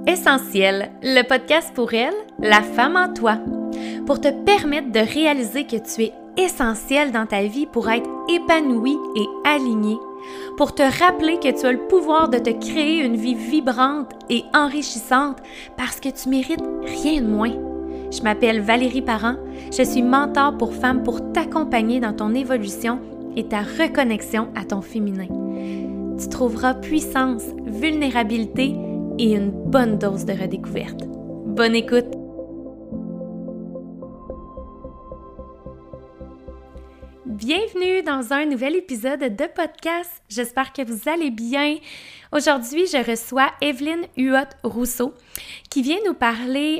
Essentiel, le podcast pour elle, la femme en toi, pour te permettre de réaliser que tu es essentiel dans ta vie pour être épanouie et alignée, pour te rappeler que tu as le pouvoir de te créer une vie vibrante et enrichissante parce que tu mérites rien de moins. Je m'appelle Valérie Parent, je suis mentor pour femmes pour t'accompagner dans ton évolution et ta reconnexion à ton féminin. Tu trouveras puissance, vulnérabilité et une bonne dose de redécouverte. Bonne écoute! Bienvenue dans un nouvel épisode de podcast. J'espère que vous allez bien. Aujourd'hui, je reçois Evelyne Huot-Rousseau qui vient nous parler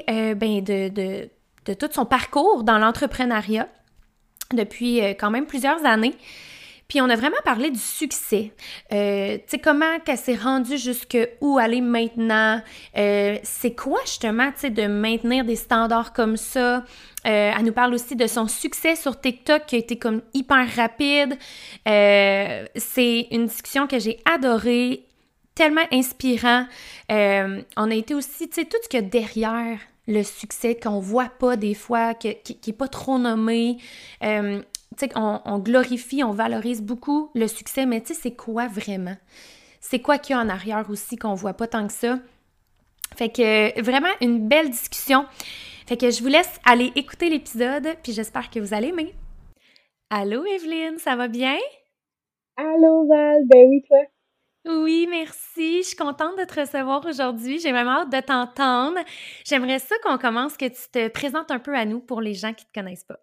de tout son parcours dans l'entrepreneuriat depuis quand même plusieurs années. Puis on a vraiment parlé du succès, tu sais, comment qu'elle s'est rendue jusqu'où aller maintenant, c'est quoi justement, tu sais, de maintenir des standards comme ça. Elle nous parle aussi de son succès sur TikTok qui a été comme hyper rapide. C'est une discussion que j'ai adorée, tellement inspirant. On a été aussi, tu sais, tout ce qu'il y a derrière le succès qu'on voit pas des fois, qui est pas trop nommé. Tu sais, on glorifie, on valorise beaucoup le succès, mais tu sais, c'est quoi vraiment? C'est quoi qu'il y a en arrière aussi qu'on voit pas tant que ça? Fait que vraiment une belle discussion. Fait que je vous laisse aller écouter l'épisode, puis j'espère que vous allez aimer. Allô Evelyne, ça va bien? Allô Val, ben oui toi? Oui, merci. Je suis contente de te recevoir aujourd'hui. J'ai vraiment hâte de t'entendre. J'aimerais ça qu'on commence, que tu te présentes un peu à nous pour les gens qui te connaissent pas.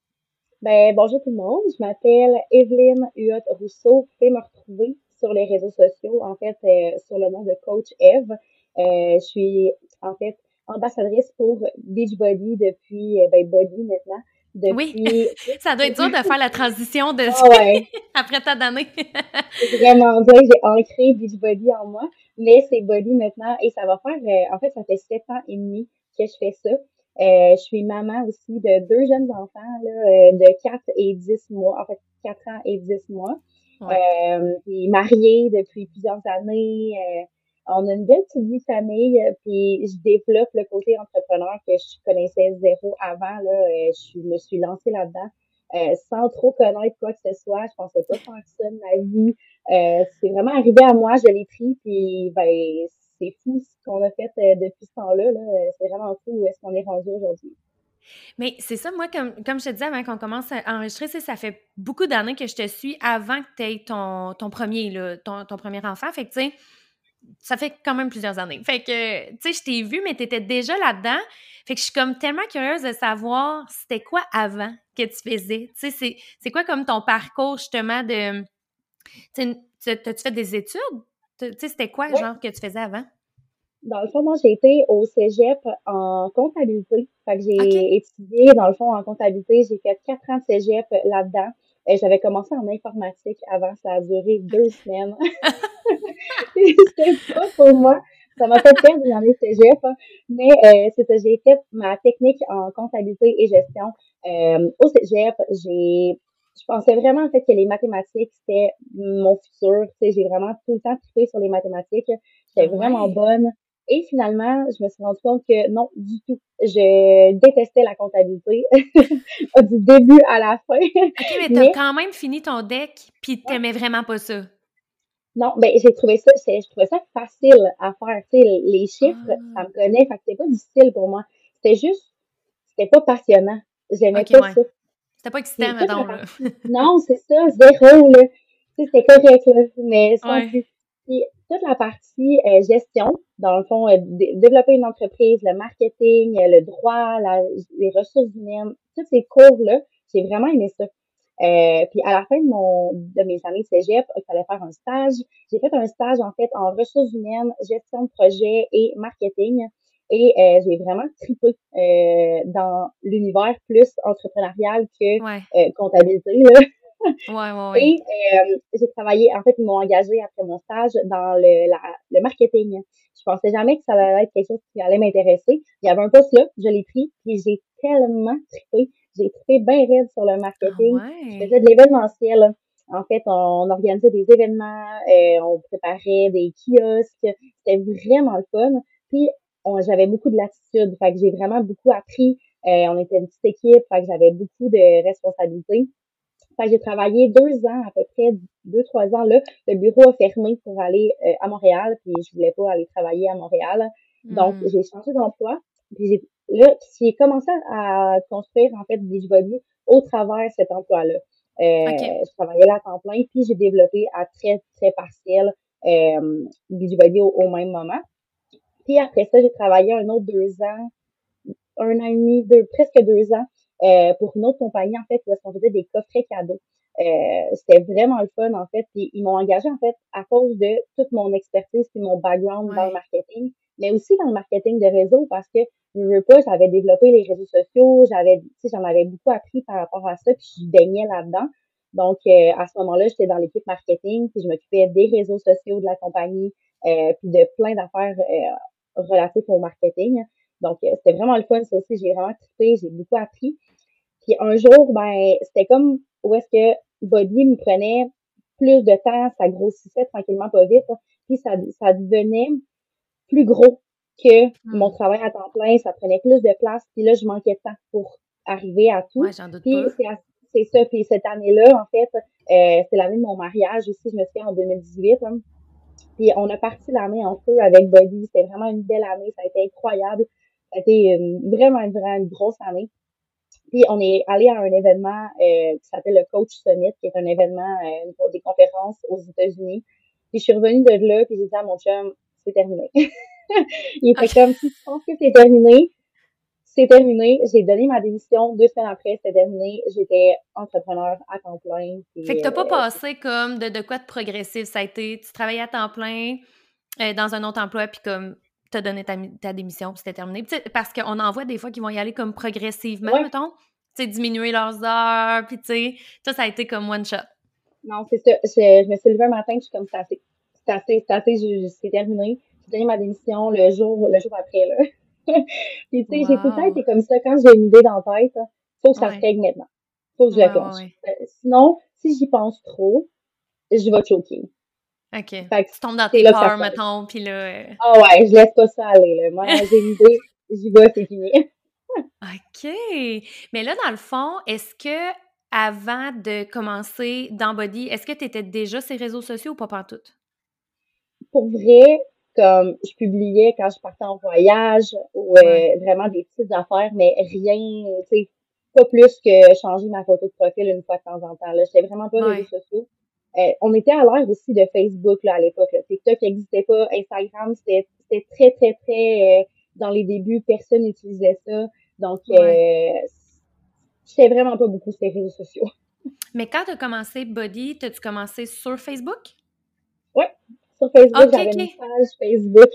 Ben bonjour tout le monde, je m'appelle Evelyne Huot-Rousseau. Vous pouvez me retrouver sur les réseaux sociaux, en fait, sur le nom de Coach Eve. Je suis en fait ambassadrice pour Beachbody depuis, Body maintenant, Oui, depuis... ça doit être dur de faire la transition de Ah ouais, après ta donnée. c'est vraiment dire que j'ai ancré Beachbody en moi, mais c'est Body maintenant et ça va faire, en fait, ça fait 7 ans et demi que je fais ça. Je suis maman aussi de deux jeunes enfants là, de 4 et 10 mois, en fait 4 ans et 10 mois. Ouais. Puis mariée depuis plusieurs années. On a une belle petite vie de famille, puis je développe le côté entrepreneur que je connaissais zéro avant. Là, je me suis lancée là-dedans sans trop connaître quoi que ce soit. Je pensais pas faire ça de ma vie. C'est vraiment arrivé à moi, je l'ai pris, puis ben c'est fou ce qu'on a fait depuis ce temps-là. Là. C'est vraiment fou où est-ce qu'on est rendu aujourd'hui. Mais c'est ça, moi, comme je te disais avant qu'on commence à enregistrer, ça fait beaucoup d'années que je te suis avant que tu aies ton premier, là, ton premier enfant. Fait que, tu sais, ça fait quand même plusieurs années. Fait que, tu sais, je t'ai vu, mais tu étais déjà là-dedans. Fait que je suis comme tellement curieuse de savoir c'était quoi avant que tu faisais. Tu sais, c'est quoi comme ton parcours, justement, de... Tu sais, t'as-tu fait des études? Tu sais, c'était quoi, Ouais. genre, que tu faisais avant? Dans le fond, moi, j'ai été au cégep en comptabilité. Fait que OK. j'ai étudié, dans le fond, en comptabilité. J'ai fait 4 ans de cégep là-dedans. J'avais commencé en informatique avant. Ça a duré 2 semaines. C'était pas pour moi. Ça m'a fait perdre une année de cégep, hein. Mais c'est ça, j'ai fait ma technique en comptabilité et gestion au cégep. Je pensais vraiment en fait que les mathématiques c'était mon futur. Tu sais, j'ai vraiment tout le temps trippé sur les mathématiques. J'étais vraiment Ouais. bonne. Et finalement, je me suis rendu compte que non, du tout. Je détestais la comptabilité du début à la fin. OK, mais t'as Mais quand même fini ton deck, puis ouais, t'aimais vraiment pas ça. non, ben je trouvais ça facile à faire. Tu sais, les chiffres, ça Ah. me connaît, fait que c'était pas difficile pour moi. C'était juste, c'était pas passionnant. J'aimais OK, pas ouais. ça. C'était pas excitant, Puis toute la mettons, là. partie, non, c'est ça, zéro, là. Tu sais, c'était correct, là, mais sans Ouais. plus. Puis toute la partie gestion, dans le fond, développer une entreprise, le marketing, le droit, les ressources humaines, tous ces cours-là, j'ai vraiment aimé ça. Puis à la fin de mes années de cégep, il fallait faire un stage. J'ai fait un stage en fait en ressources humaines, gestion de projet et marketing. Et j'ai vraiment trippé dans l'univers plus entrepreneurial que Ouais. comptabilité. Là. Ouais, ouais, ouais. Et j'ai travaillé, en fait, ils m'ont engagé après mon stage dans le marketing. Je pensais jamais que ça allait être quelque chose qui allait m'intéresser. Il y avait un poste là, je l'ai pris, puis j'ai tellement trippé. J'ai trippé bien raide sur le Ah marketing. Je ouais. faisais de l'événementiel. En fait, on organisait des événements, on préparait des kiosques. C'était vraiment le fun. Puis j'avais beaucoup de latitude. Fait que j'ai vraiment beaucoup appris. On était une petite équipe, fait que j'avais beaucoup de responsabilités. Fait que j'ai travaillé 2 ans, à peu près 2, 3 ans là. Le bureau a fermé pour aller à Montréal, puis je voulais pas aller travailler à Montréal. Donc, Hmm. j'ai changé d'emploi. Puis j'ai commencé à construire, en fait, Beachbody au travers de cet emploi-là. OK. Je travaillais là à temps plein, puis j'ai développé à très, très partiel Beachbody au même moment. Puis après ça, j'ai travaillé un autre 2 ans, 1 an et demi, presque 2 ans, pour une autre compagnie, en fait, où est-ce qu'on faisait des coffrets cadeaux. C'était vraiment le fun, en fait. Puis ils m'ont engagé, en fait, à cause de toute mon expertise et mon background dans le Ouais. marketing, mais aussi dans le marketing de réseau, parce que je veux pas, j'avais développé les réseaux sociaux, tu sais, j'en avais beaucoup appris par rapport à ça, puis je baignais là-dedans. Donc, à ce moment-là, j'étais dans l'équipe marketing, puis je m'occupais des réseaux sociaux de la compagnie, puis de plein d'affaires relatives au marketing. Donc, c'était vraiment le fun, ça aussi. J'ai vraiment trippé, j'ai beaucoup appris. Puis un jour, ben, c'était comme où est-ce que Body me prenait plus de temps, ça grossissait tranquillement pas vite, hein. Puis ça devenait plus gros que mon Hmm. travail à temps plein, ça prenait plus de place, puis là, je manquais de temps pour arriver à Ouais, tout. j'en doute Puis pas. c'est ça, puis cette année-là, en fait, c'est l'année de mon mariage aussi, je me suis fait en 2018, hein. Puis on a parti l'année en feu avec Body. C'était vraiment une belle année. Ça a été incroyable. Ça a été vraiment une grosse année. Puis on est allé à un événement qui s'appelle le Coach Summit, qui est un événement pour des conférences aux États-Unis. Puis je suis revenue de là, puis j'ai dit à mon chum, c'est terminé. Il était OK. comme, si tu penses que c'est terminé, c'est terminé. J'ai donné ma démission 2 semaines après, c'était terminé. J'étais entrepreneur à temps plein. Fait que Puis, t'as pas passé comme de quoi de progressif. Ça a été, tu travaillais à temps plein dans un autre emploi, puis comme t'as donné ta démission, puis c'était terminé. Puis, tu sais, parce qu'on en voit des fois qui vont y aller comme progressivement, ouais, mettons. Tu sais, diminuer leurs heures, puis tu sais, ça a été comme one shot. non, c'est ça. Je me suis levée un matin, je suis comme, c'est assez. C'est assez, c'est terminé. J'ai donné ma démission le jour après, là. Puis, tu sais, j'ai tout le temps Wow! été comme ça. Quand j'ai une idée dans la tête, faut que ça se Ouais, règle maintenant. Faut que je la ouais, ouais, clenche. ouais. Sinon, si j'y pense trop, je vais choquer. OK. Fait que Tu tombes dans c'est tes là que ça peurs, se passe. mettons, puis là... Ah ouais, je laisse pas ça aller, là. Moi, j'ai une idée, j'y vais, c'est fini. OK! Mais là, dans le fond, est-ce que avant de commencer dans Body, est-ce que tu étais déjà sur les réseaux sociaux ou pas pantoute? Pour vrai, comme je publiais quand je partais en voyage ou Ouais. vraiment des petites affaires, mais rien, tu sais, pas plus que changer ma photo de profil une fois de temps en temps. Là, j'étais vraiment pas réseaux Ouais. sociaux. On était à l'ère aussi de Facebook là, à l'époque. Là. TikTok n'existait pas, Instagram, c'était très, très, très dans les débuts, personne n'utilisait ça. Donc, Ouais. j'étais vraiment pas beaucoup sur les réseaux sociaux. Mais quand tu as commencé Body, t'as-tu commencé sur Facebook? Ouais, sur Facebook, OK, j'avais une OK. page Facebook.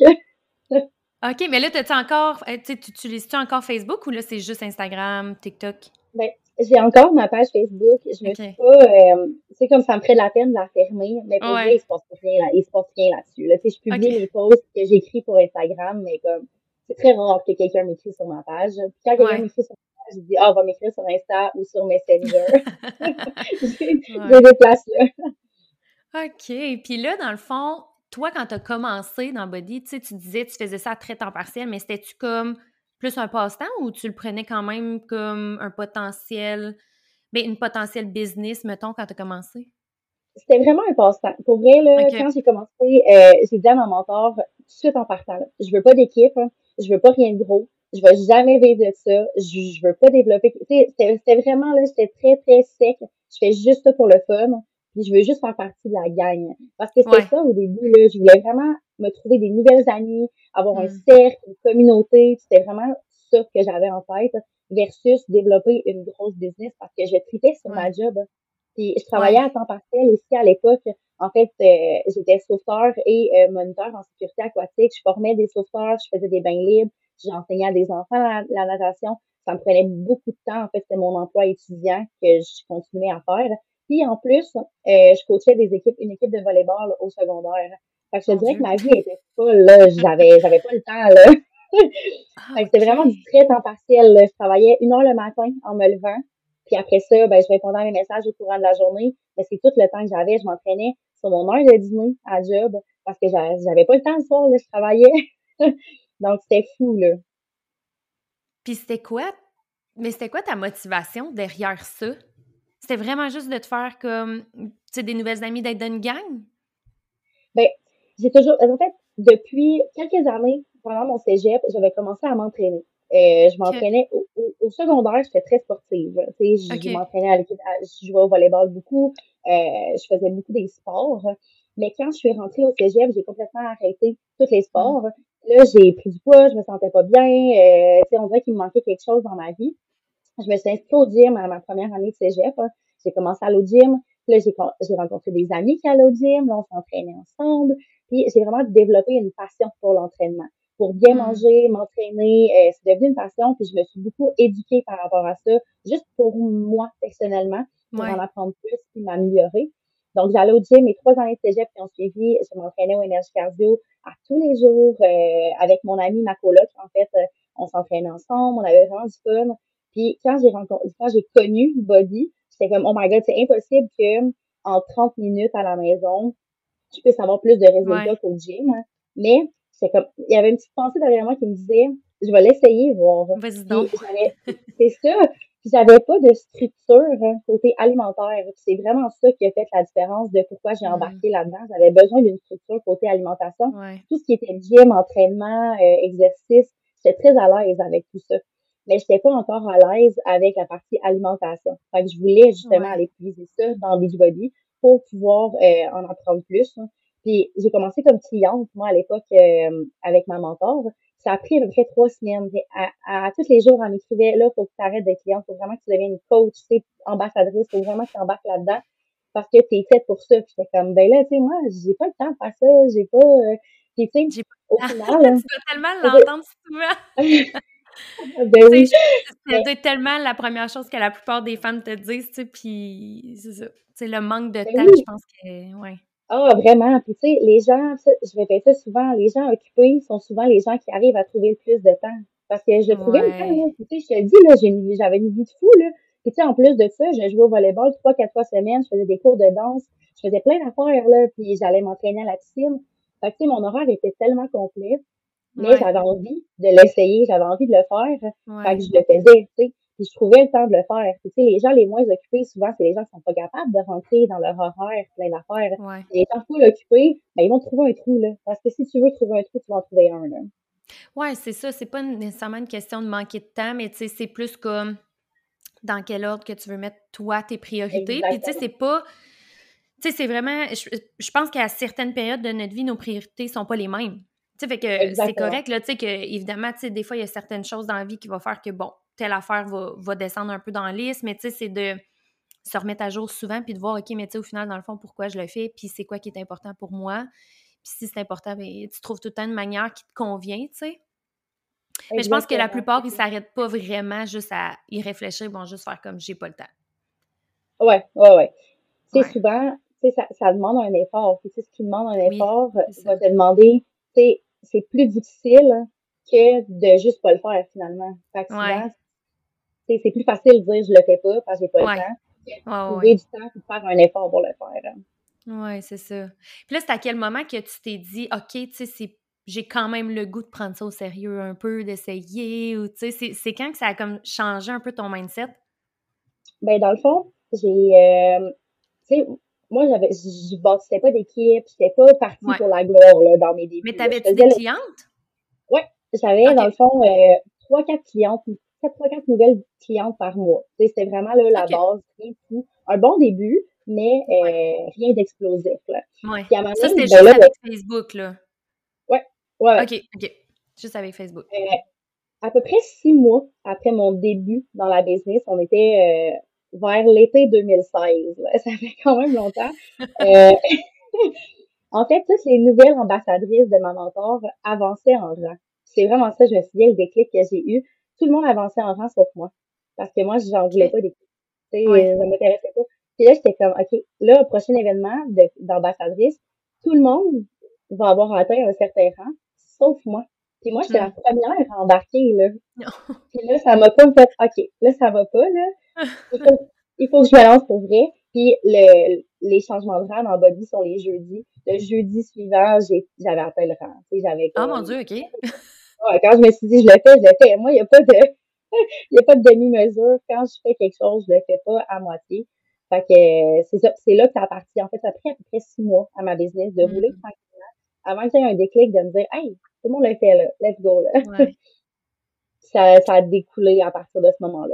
OK, mais là, t'as-tu encore, tu sais, tu utilises-tu encore Facebook ou là, c'est juste Instagram, TikTok? Ben, j'ai encore ma page Facebook. Je me suis OK. pas, tu sais, comme ça me ferait de la peine de la fermer, mais pour vrai, Ouais. il se passe rien là-dessus. Là, tu sais, je publie OK. mes posts que j'écris pour Instagram, mais comme, c'est très rare que quelqu'un m'écrit sur ma page. Puis quand quelqu'un Ouais. m'écrit sur ma page, je dis, ah, va m'écrire sur Insta ou sur Messenger. J'ai Ouais. des places là. OK. Puis là, dans le fond, toi, quand tu as commencé dans Body, tu sais, tu disais tu faisais ça à très temps partiel, mais c'était-tu comme plus un passe-temps ou tu le prenais quand même comme un potentiel, ben, une potentielle business, mettons, quand tu as commencé? C'était vraiment un passe-temps. Pour vrai, là, OK. quand j'ai commencé, j'ai dit à mon mentor, tout de suite en partant, là, je veux pas d'équipe, hein, je veux pas rien de gros, je vais jamais vivre de ça, je veux pas développer. Tu sais, c'était vraiment, là, j'étais très, très sec. Je fais juste ça pour le fun, puis je veux juste faire partie de la gang. Parce que c'était Ouais. ça au début, là, je voulais vraiment me trouver des nouvelles amies, avoir un Hmm. cercle, une communauté, c'était vraiment ça que j'avais en tête, versus développer une grosse business parce que je tripais sur ma Ouais. job. Puis je travaillais Ouais. à temps partiel aussi à l'époque. En fait, j'étais sauveteur et moniteur en sécurité aquatique. Je formais des sauveteurs, je faisais des bains libres, j'enseignais à des enfants la natation. Ça me prenait beaucoup de temps. En fait, c'était mon emploi étudiant que je continuais à faire. Puis en plus, je coachais une équipe de volleyball au secondaire. Fait que je te Mon dirais que Dieu. ma vie était full, là. J'avais pas le temps, là. Ah, Fait que c'était vraiment du OK. très temps partiel, là. Je travaillais 1 heure le matin en me levant. Puis après ça, ben, je répondais à mes messages au courant de la journée. Mais c'est tout le temps que j'avais. Je m'entraînais sur mon heure de dîner à job parce que j'avais pas le temps le soir, là, je travaillais. Donc, c'était fou, là. Puis c'était quoi ta motivation derrière ça? C'était vraiment juste de te faire comme, tu sais, des nouvelles amies, d'être dans une gang? Ben, j'ai toujours, en fait, depuis quelques années, pendant mon cégep, j'avais commencé à m'entraîner. Je OK. m'entraînais au secondaire, j'étais très sportive. Tu sais, je OK. m'entraînais à l'équipe, je jouais au volleyball beaucoup, je faisais beaucoup des sports. Mais quand je suis rentrée au cégep, j'ai complètement arrêté tous les Mmh. sports. Là, j'ai pris du poids, je me sentais pas bien. Tu sais, on dirait qu'il me manquait quelque chose dans ma vie. Je me suis inscrite au gym à ma première année de cégep. J'ai commencé à aller au gym. Puis là, j'ai rencontré des amis qui allaient au gym. Là, on s'entraînait ensemble. Puis j'ai vraiment développé une passion pour l'entraînement. Pour bien Mmh. manger, m'entraîner, c'est devenu une passion. Puis je me suis beaucoup éduquée par rapport à ça, juste pour moi, personnellement, pour en Ouais. apprendre plus puis m'améliorer. Donc, j'allais au gym. Mes 3 années de cégep qui ont suivi, je m'entraînais au énergie cardio à tous les jours avec mon ami, ma coloc. En fait, on s'entraînait ensemble. On avait vraiment du fun. Puis quand j'ai connu Body, j'étais comme, oh my god, c'est impossible que en 30 minutes à la maison, je puisse avoir plus de Ouais. résultats qu'au gym. Hein. Mais c'est comme, il y avait une petite pensée derrière moi qui me disait, je vais l'essayer, voir. Vas-y donc. Puis c'est ça. Puis j'avais pas de structure côté alimentaire. Puis c'est vraiment ça qui a fait la différence de pourquoi j'ai Mmh. embarqué là-dedans. J'avais besoin d'une structure côté alimentation. Ouais. Tout ce qui était gym, entraînement, exercice, j'étais très à l'aise avec tout ça. Mais j'étais pas encore à l'aise avec la partie alimentation. Fait que je voulais justement Ouais. aller puiser ça dans Beachbody pour pouvoir en apprendre plus. Hein. Puis j'ai commencé comme cliente, moi, à l'époque, avec ma mentor. Ça a pris à peu près 3 semaines. À tous les jours, elle m'écrivait, là, faut que tu arrêtes d'être cliente, faut vraiment que tu deviennes une coach, tu sais, ambassadrice, faut vraiment que tu embarques là-dedans parce que t'es faite pour ça. Puis j'étais comme, ben là, tu sais, moi, j'ai pas le temps de faire ça, j'ai pas... Puis tu sais, J'ai au pas final, tu dois tellement là, l'entendre souvent. ben Tu sais, oui, je pense que ça mais, doit être tellement la première chose que la plupart des femmes te disent, tu sais, puis c'est ça. Tu sais, le manque de ben temps, je oui, pense que ouais. ah, vraiment. Puis, tu sais, les gens, ça, je répète ça souvent, les gens occupés sont souvent les gens qui arrivent à trouver le plus de temps. Parce que je trouvais le temps, Ouais. là. Puis, tu sais, je te le dis, là, j'avais une vie de fou, là. Puis, tu sais, en plus de ça, je jouais au volleyball 3, 4 fois semaine, je faisais des cours de danse, je faisais plein d'affaires, là, puis j'allais m'entraîner à la piscine. Fait que, tu sais, mon horaire était tellement complet mais Ouais. j'avais envie de l'essayer, j'avais envie de le faire. Fait Ouais. que je le faisais, tu sais. Puis je trouvais le temps de le faire. Puis, tu sais, les gens les moins occupés, souvent, c'est les gens qui sont pas capables de rentrer dans leur horaire plein d'affaires. Ouais. Et les gens full occupés, ben, ils vont trouver un trou, là. Parce que si tu veux trouver un trou, tu vas en trouver un, là. Ouais, c'est ça, c'est pas nécessairement une question de manquer de temps, mais tu sais, c'est plus comme dans quel ordre que tu veux mettre, toi, tes priorités. Puis, tu sais, Exactement. c'est pas tu sais, c'est vraiment je pense qu'à certaines périodes de notre vie, nos priorités sont pas les mêmes. Tu sais, fait que c'est Exactement. correct, là, tu sais, que évidemment, tu sais, des fois, il y a certaines choses dans la vie qui vont faire que, bon, telle affaire va descendre un peu dans la liste, mais tu sais, c'est de se remettre à jour souvent puis de voir, OK, mais tu sais, au final, dans le fond, pourquoi je le fais, puis c'est quoi qui est important pour moi. Puis si c'est important, ben, tu trouves tout le temps une manière qui te convient, tu sais. Mais je pense que la Exactement. plupart, ils s'arrêtent pas vraiment juste à y réfléchir, ils vont juste faire comme j'ai pas le temps. Ouais, ouais, ouais. Tu sais, Ouais. souvent, tu sais, ça demande un effort. Puis, tu sais, ce qui demande un Oui, effort c'est ça. va te demander, tu sais, c'est plus difficile que de juste pas le faire, finalement. Fait que Ouais. souvent, c'est plus facile de dire je le fais pas parce que j'ai pas le Ouais. temps que de Ouais, ouais, trouver ouais. du temps pour faire un effort pour le faire. Hein. Ouais, c'est ça. Puis là, c'est à quel moment que tu t'es dit: «OK, tu sais, j'ai quand même le goût de prendre ça au sérieux un peu, d'essayer» ou tu sais, c'est quand que ça a comme changé un peu ton mindset? Ben, dans le fond, tu sais, moi, je bâtissais pas d'équipe, j'étais pas partie Ouais. pour la gloire, là, dans mes Mais débuts, là. Je t'avais-tu faisais des le, clientes? ouais, j'avais, dans OK. le fond, 3, 4 clientes, 3, 4 nouvelles clientes par mois. Tu sais, c'était vraiment, là, la OK. base, rien de fou. Un bon début, mais, Ouais. rien d'explosif, là. Ouais. Puis à un moment Ça, donné, c'était ben juste là, avec Facebook, là? ouais, ouais, ouais. OK, OK. Juste avec Facebook. À peu près 6 mois après mon début dans la business, on était vers l'été 2016. Là. Ça fait quand même longtemps. Euh, en fait, toutes les nouvelles ambassadrices de ma mentor avançaient en rang. C'est vraiment ça, je me souviens, le déclic que j'ai eu. Tout le monde avançait en rang sauf moi. Parce que moi, j'en voulais OK. pas d'équipe. Tu Ouais. sais, ça m'intéressait pas. Puis là, j'étais comme, OK, là, au prochain événement d'ambassadrice, tout le monde va avoir atteint un certain rang, sauf moi. Puis moi, j'étais la Mmh. première à embarquer, là. Puis là, ça m'a comme fait, OK, là, ça va pas, là. Il faut, il faut que je me lance pour vrai. Puis les changements de rang dans Body sont les jeudis. Le jeudi suivant, j'avais atteint le rang. Tu sais, j'avais Ah mon comme, Dieu, OK. Ouais, quand je me suis dit, je le fais, je le fais. Moi, il n'y a pas de, il y a pas de demi-mesure. Quand je fais quelque chose, je le fais pas à moitié. Fait que c'est ça, c'est là que ça a parti. En fait, ça a pris à peu près 6 mois à ma business de rouler Mm. avant que j'aie un déclic de me dire, hey, tout le monde le fait là, let's go là. Ouais. Ça a découlé à partir de ce moment-là.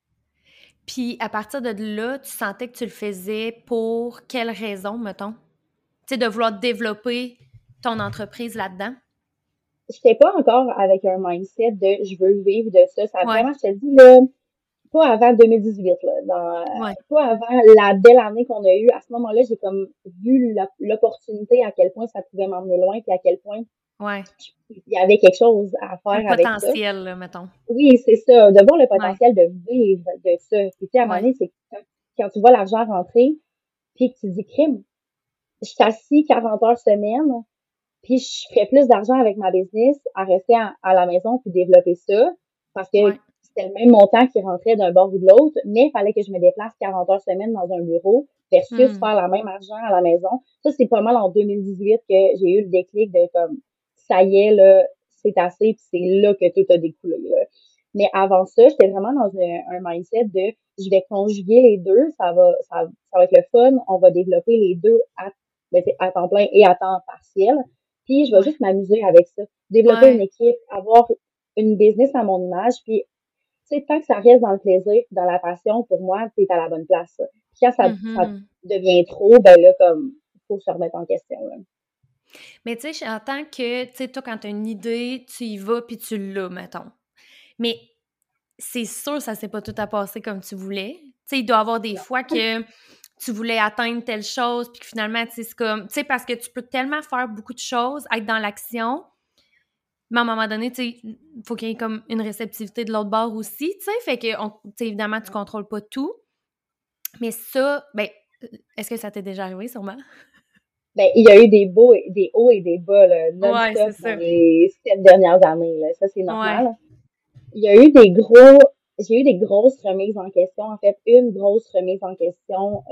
Puis à partir de là, tu sentais que tu le faisais pour quelle raison, mettons? Tu sais, de vouloir développer ton entreprise là-dedans? J'étais pas encore avec un mindset de je veux vivre de ça. Ça a Ouais, vraiment, je te dis, là, pas avant 2018, là, ouais, pas avant la belle année qu'on a eue. À ce moment-là, j'ai comme vu l'opportunité à quel point ça pouvait m'emmener loin, puis à quel point ouais. il y avait quelque chose à Un faire avec ça. potentiel, là, mettons. Oui, c'est ça, de voir le Ouais, potentiel de vivre de ça. Puis tu sais, à un moment ouais. donné, c'est quand tu vois l'argent rentrer, puis que tu dis crime, je suis assis 40 heures semaine, puis je ferais plus d'argent avec ma business à rester à la maison puis développer ça parce que Ouais. c'était le même montant qui rentrait d'un bord ou de l'autre, mais il fallait que je me déplace 40 heures semaine dans un bureau versus Hmm. faire la même argent à la maison. Ça, c'est pas mal en 2018 que j'ai eu le déclic de comme ça y est, là, c'est assez, puis c'est là que tout a découlé. Là. Mais avant ça, j'étais vraiment dans un mindset de je vais conjuguer les deux, ça va être le fun, on va développer les deux à temps plein et à temps partiel. Puis je vais Ouais. juste m'amuser avec ça. Développer une Ouais. équipe, avoir une business à mon image. Puis, tu sais, tant que ça reste dans le plaisir, dans la passion, pour moi, t'es à la bonne place. Puis quand ça Mhm. devient trop, ben là, comme, il faut se remettre en question. Là. Mais tu sais, j'entends que, tu sais, toi, quand tu as une idée, tu y vas puis tu l'as, mettons. Mais c'est sûr, ça s'est pas tout à passer comme tu voulais. Tu sais, il doit y avoir des fois que tu voulais atteindre telle chose, puis que finalement, tu sais, c'est comme... Tu sais, parce que tu peux tellement faire beaucoup de choses, être dans l'action, mais à un moment donné, tu sais, il faut qu'il y ait comme une réceptivité de l'autre bord aussi, tu sais. Fait que, tu sais, évidemment, tu contrôles pas tout. Mais ça, ben, est-ce que ça t'est déjà arrivé, sûrement? Ben, il y a eu des hauts et des bas, là, Ouais, non-stop c'est dans ça. les 7 dernières années, là. Ça, c'est Ouais. normal. Il y a eu j'ai eu des grosses remises en question. En fait, une grosse remise en question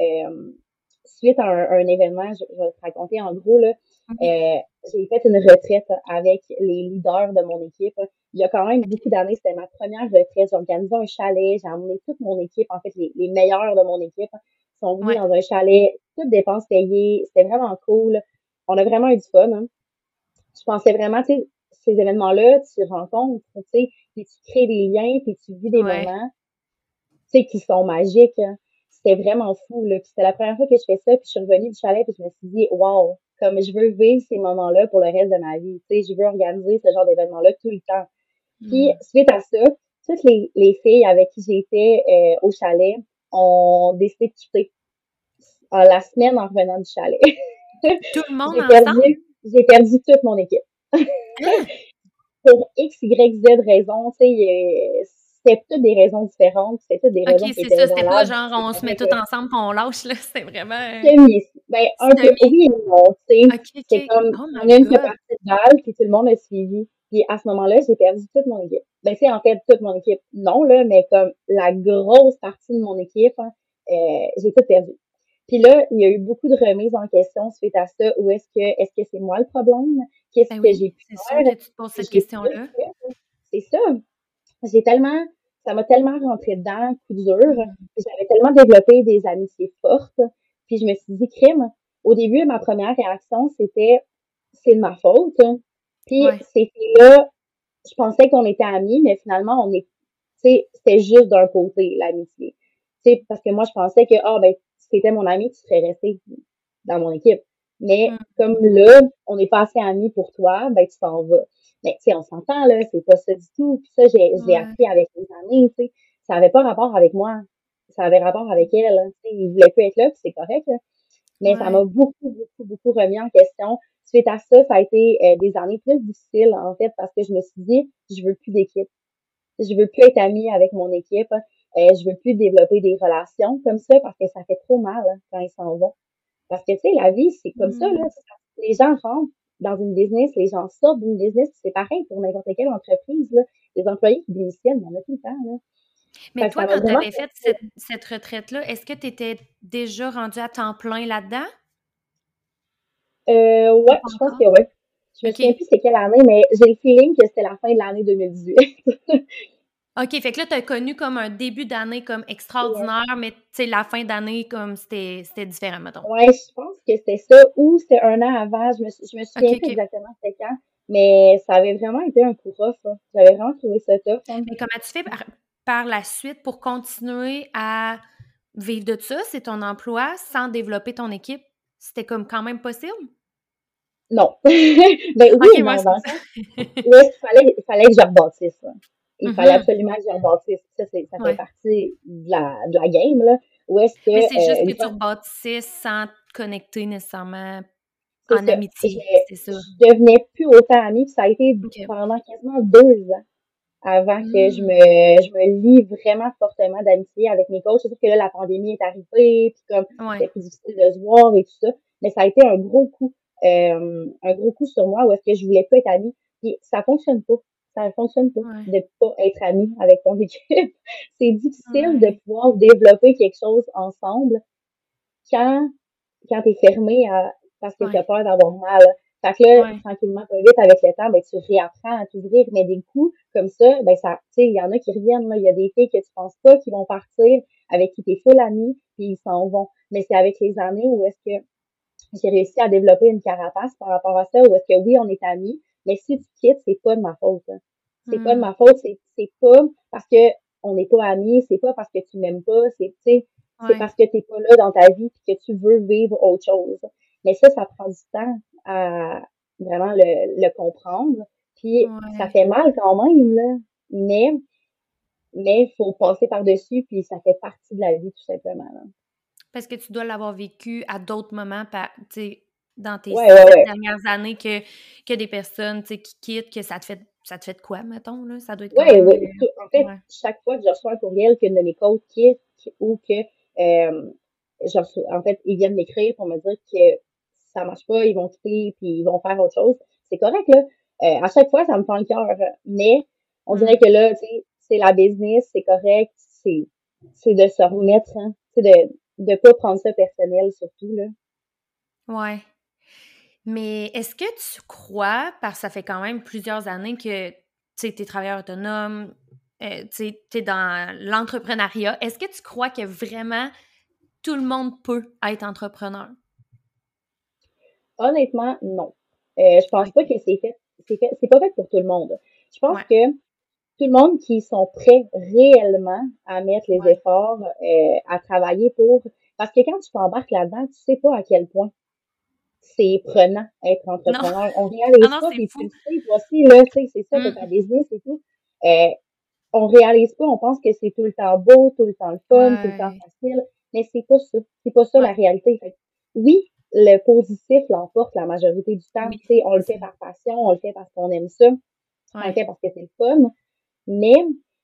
suite à un événement. Je vais te raconter en gros là. OK. Euh, j'ai fait une retraite avec les leaders de mon équipe. Il y a quand même beaucoup OK. d'années, c'était ma première retraite. J'ai organisé un chalet, j'ai emmené toute mon équipe, en fait, les meilleurs de mon équipe sont venus Ouais. dans un chalet, toutes dépenses payées. C'était vraiment cool. On a vraiment eu du fun, hein. Je pensais vraiment, tu sais, ces événements-là, tu rencontres, tu sais, puis tu crées des liens, puis tu vis des Ouais. moments, tu sais, qui sont magiques. Hein. C'était vraiment fou, là. Puis c'était la première fois que je fais ça, puis je suis revenue du chalet, puis je me suis dit, wow, comme je veux vivre ces moments-là pour le reste de ma vie. Tu sais, je veux organiser ce genre d'événement-là tout le temps. Puis, Hmm. suite à ça, toutes les filles avec qui j'étais au chalet ont décidé de quitter la semaine en revenant du chalet. Tout le monde j'ai ensemble? perdu, j'ai perdu toute mon équipe. Hein? Pour X, Y, Z raisons, tu sais, c'était toutes des raisons différentes, c'était toutes des OK, raisons qui c'est étaient ça, c'était pas valables, genre c'est on se met correct, tout là. ensemble puis on lâche, là, c'était vraiment, Semi, ben, un peu, semi. oui et non, tu sais, OK, c'est OK. comme, Oh on my a une qui a God! parti de balle, puis tout le monde a suivi. Puis à ce moment-là, j'ai perdu toute mon équipe. Ben, c'est en fait toute mon équipe, non, là, mais comme la grosse partie de mon équipe, hein, j'ai tout perdu. Puis là, il y a eu beaucoup de remises en question suite à ça. Où est-ce que c'est moi le problème? Qu'est-ce Ben que oui, j'ai pu c'est sûr faire? que tu te poses cette J'ai pas question-là. fait. C'est ça. J'ai tellement, ça m'a tellement rentré dedans, coup dur. Mmh. J'avais tellement développé des amitiés fortes. Puis je me suis dit, crime. Au début, ma première réaction, c'était, c'est de ma faute. Puis Ouais. ces filles-là, je pensais qu'on était amis, mais finalement, tu sais, c'était juste d'un côté, l'amitié. Tu sais, parce que moi, je pensais que, ah, ben, si t'étais mon ami, tu serais resté dans mon équipe. Mais Mmh. comme là, on n'est pas assez amis pour toi, ben, tu t'en vas. Mais, tu sais, on s'entend, là, c'est pas ça du tout. Puis ça, je l'ai Ouais. appris avec les années, tu sais. Ça avait pas rapport avec moi. Ça avait rapport avec elle, hein. Tu sais, il voulait plus être là, puis c'est correct, là. Mais ça m'a Ouais. beaucoup, beaucoup, beaucoup remis en question. Suite à ça, ça a été des années plus difficiles, en fait, parce que je me suis dit, je veux plus d'équipe. Je veux plus être amie avec mon équipe. Je veux plus développer des relations comme ça parce que ça fait trop mal hein, quand ils s'en vont. Parce que, tu sais, la vie, c'est comme ça, là. Mmh. Les gens rentrent dans une business, les gens sortent d'une business, c'est pareil pour n'importe quelle entreprise, là. Les employés qui démissionnent, il y en a tout le temps, là. Mais Fait que toi, ça m'a quand tu vraiment avais fait fait cette retraite-là, est-ce que tu étais déjà rendu à temps plein là-dedans ça. ou Ouais, pas je pense encore? que ouais. Je me souviens OK. plus c'est quelle année, mais j'ai le feeling que c'était la fin de l'année 2018. OK, fait que là, tu as connu comme un début d'année comme Ouais. extraordinaire, mais tu sais, la fin d'année, comme c'était différent, mettons. Ouais, je pense que c'était ça, ou c'était un an avant, je me OK, souviens plus OK. exactement c'était quand, mais ça avait vraiment été un coup rough, hein. J'avais vraiment trouvé ça tough, hein. Mais comment tu fais par la suite pour continuer à vivre de ça? C'est ton emploi sans développer ton équipe? C'était comme quand même possible? Non. Ben oui et OK, ouais, non, c'est dans le sens, ça. où est-ce qu'il fallait que je rebâtisse, là. Il fallait Mhm. absolument que je rebâtisse. Ça fait Ouais. partie de la game, là. Où est-ce que, Mais c'est juste que une tu fois, rebâtissais sans te connecter nécessairement c'est en ça, amitié, c'est ça. je devenais plus autant amie, puis ça a été OK. pendant quasiment 2 ans avant que Mmh. je me lie vraiment fortement d'amitié avec mes coachs. C'est sûr que là, la pandémie est arrivée, puis comme Ouais, c'était plus difficile de se voir et tout ça, mais ça a été un gros coup sur moi où est-ce que je voulais pas être amie. Puis ça fonctionne pas. Ça fonctionne pas ouais, de pas être amie avec ton équipe. C'est difficile de ouais, pouvoir développer quelque chose ensemble quand t'es fermé parce que t'as ouais, peur d'avoir mal. Fait que là, ouais. tranquillement, pas vite, avec le temps, ben, tu réapprends à t'ouvrir, mais des coups, comme ça, ben, ça, tu sais, il y en a qui reviennent, là. Il y a des filles que tu penses pas qui vont partir, avec qui t'es full amie, puis ils s'en vont. Mais c'est avec les années où est-ce que j'ai réussi à développer une carapace par rapport à ça, où est-ce que oui, on est amis, mais si tu quittes, c'est pas de ma faute, hein. C'est pas de Mmh. ma faute, c'est pas parce que on n'est pas amis, c'est pas parce que tu m'aimes pas, tu sais, c'est Ouais, parce que t'es pas là dans ta vie et que tu veux vivre autre chose. Mais ça prend du temps à vraiment le comprendre. Puis ça ouais. fait mal quand même, là. Mais, mais faut passer par-dessus, puis ça fait partie de la vie, tout simplement, là. Parce que tu dois l'avoir vécu à d'autres moments, tu sais, dans tes Ouais, ouais, 7 ouais. dernières années que des personnes, tu sais, qui quittent, que ça te fait de quoi, mettons, là? Ça doit être quand Ouais, même, oui. En fait, ouais. chaque fois que je reçois un courriel qu'une de mes coachs quitte ou que en fait, ils viennent m'écrire pour me dire que ça marche pas, ils vont quitter puis ils vont faire autre chose, c'est correct, là. À chaque fois, ça me fend le cœur. Mais on dirait Mmh. que là, tu sais, c'est la business, c'est correct, c'est de se remettre, hein. C'est de pas prendre ça personnel, surtout, là. Ouais. Mais est-ce que tu crois, parce que ça fait quand même plusieurs années que, tu sais, tu es travailleur autonome, tu sais, tu es dans l'entrepreneuriat, est-ce que tu crois que vraiment tout le monde peut être entrepreneur? Honnêtement, non. Je pense pas OK. que c'est pas fait pour tout le monde. Je pense Ouais, que tout le monde qui sont prêts réellement à mettre les ouais. efforts, à travailler pour, parce que quand tu t'embarques là-dedans, tu sais pas à quel point c'est prenant être Non. entrepreneur. On Ah réalise non, pas, c'est puis tu le fou. sais, toi aussi, là, tu sais, c'est ça, t'as ta Mmh. business et tout. Euh, on réalise pas, on pense que c'est tout le temps beau, tout le temps le fun, tout le temps Ouais, facile, mais c'est pas ça. C'est pas ça la ouais. réalité. Fait que oui, le positif l'emporte la majorité du temps. Oui, Tu sais, on le c'est fait par passion, on le fait parce qu'on aime ça, on le ouais. fait parce que c'est le fun, mais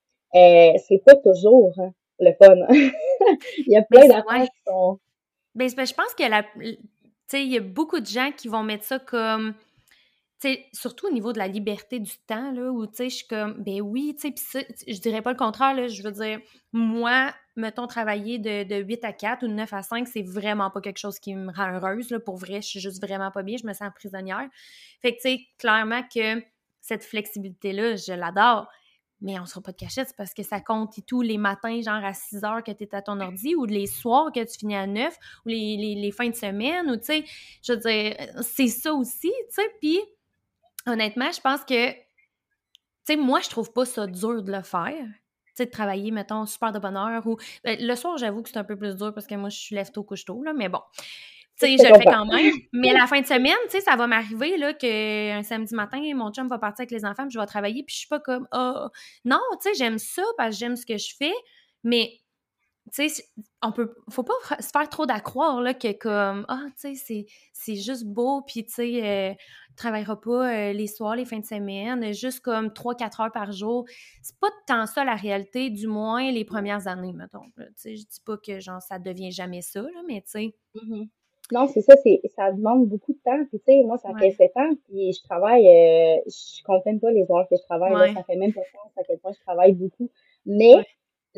c'est pas toujours, hein, le fun. Il y a Mais plein ouais. d'affaires qui sont. Ben, c'est je pense que tu sais, il y a beaucoup de gens qui vont mettre ça comme, tu sais, surtout au niveau de la liberté du temps, là, où, tu sais, je suis comme, ben oui, tu sais, puis ça, je dirais pas le contraire, là, je veux dire, moi, mettons, travailler de 8 à 4 ou de 9 à 5, c'est vraiment pas quelque chose qui me rend heureuse, là, pour vrai, je suis juste vraiment pas bien, je me sens prisonnière. Fait que, tu sais, clairement que cette flexibilité-là, je l'adore, mais on se fera pas de cachette, c'est parce que ça compte et tout, les matins, genre à 6 heures que tu es à ton ordi, ou les soirs que tu finis à 9, ou les fins de semaine, ou, tu sais, je veux dire, c'est ça aussi, tu sais, puis honnêtement, je pense que, tu sais, moi, je trouve pas ça dur de le faire. Tu sais, de travailler, mettons, super de bonne heure ou le soir, j'avoue que c'est un peu plus dur parce que moi, je suis lève tôt, couche tôt, là, mais bon. Tu Je sais, te je le fais comprends. quand même. Mais la fin de semaine, tu sais, ça va m'arriver, là, qu'un samedi matin, mon chum va partir avec les enfants, puis je vais travailler, puis je suis pas comme, ah, non, tu sais, j'aime ça parce que j'aime ce que je fais, mais tu sais, on peut, faut pas se faire trop d'accroire là que comme ah tu sais c'est juste beau puis tu sais travaillera pas les soirs, les fins de semaine, juste comme 3 4 heures par jour. C'est pas tant ça la réalité, du moins les premières années mettons. Tu sais, je dis pas que genre ça devient jamais ça là, mais tu sais. Mhm. Non, c'est ça, ça demande beaucoup de temps. Puis tu sais, moi, ça fait Ouais. 7 ans, puis je travaille, je compte même pas les heures que je travaille, là, Ouais. ça fait même pas sens à quel point je travaille beaucoup. Mais Ouais.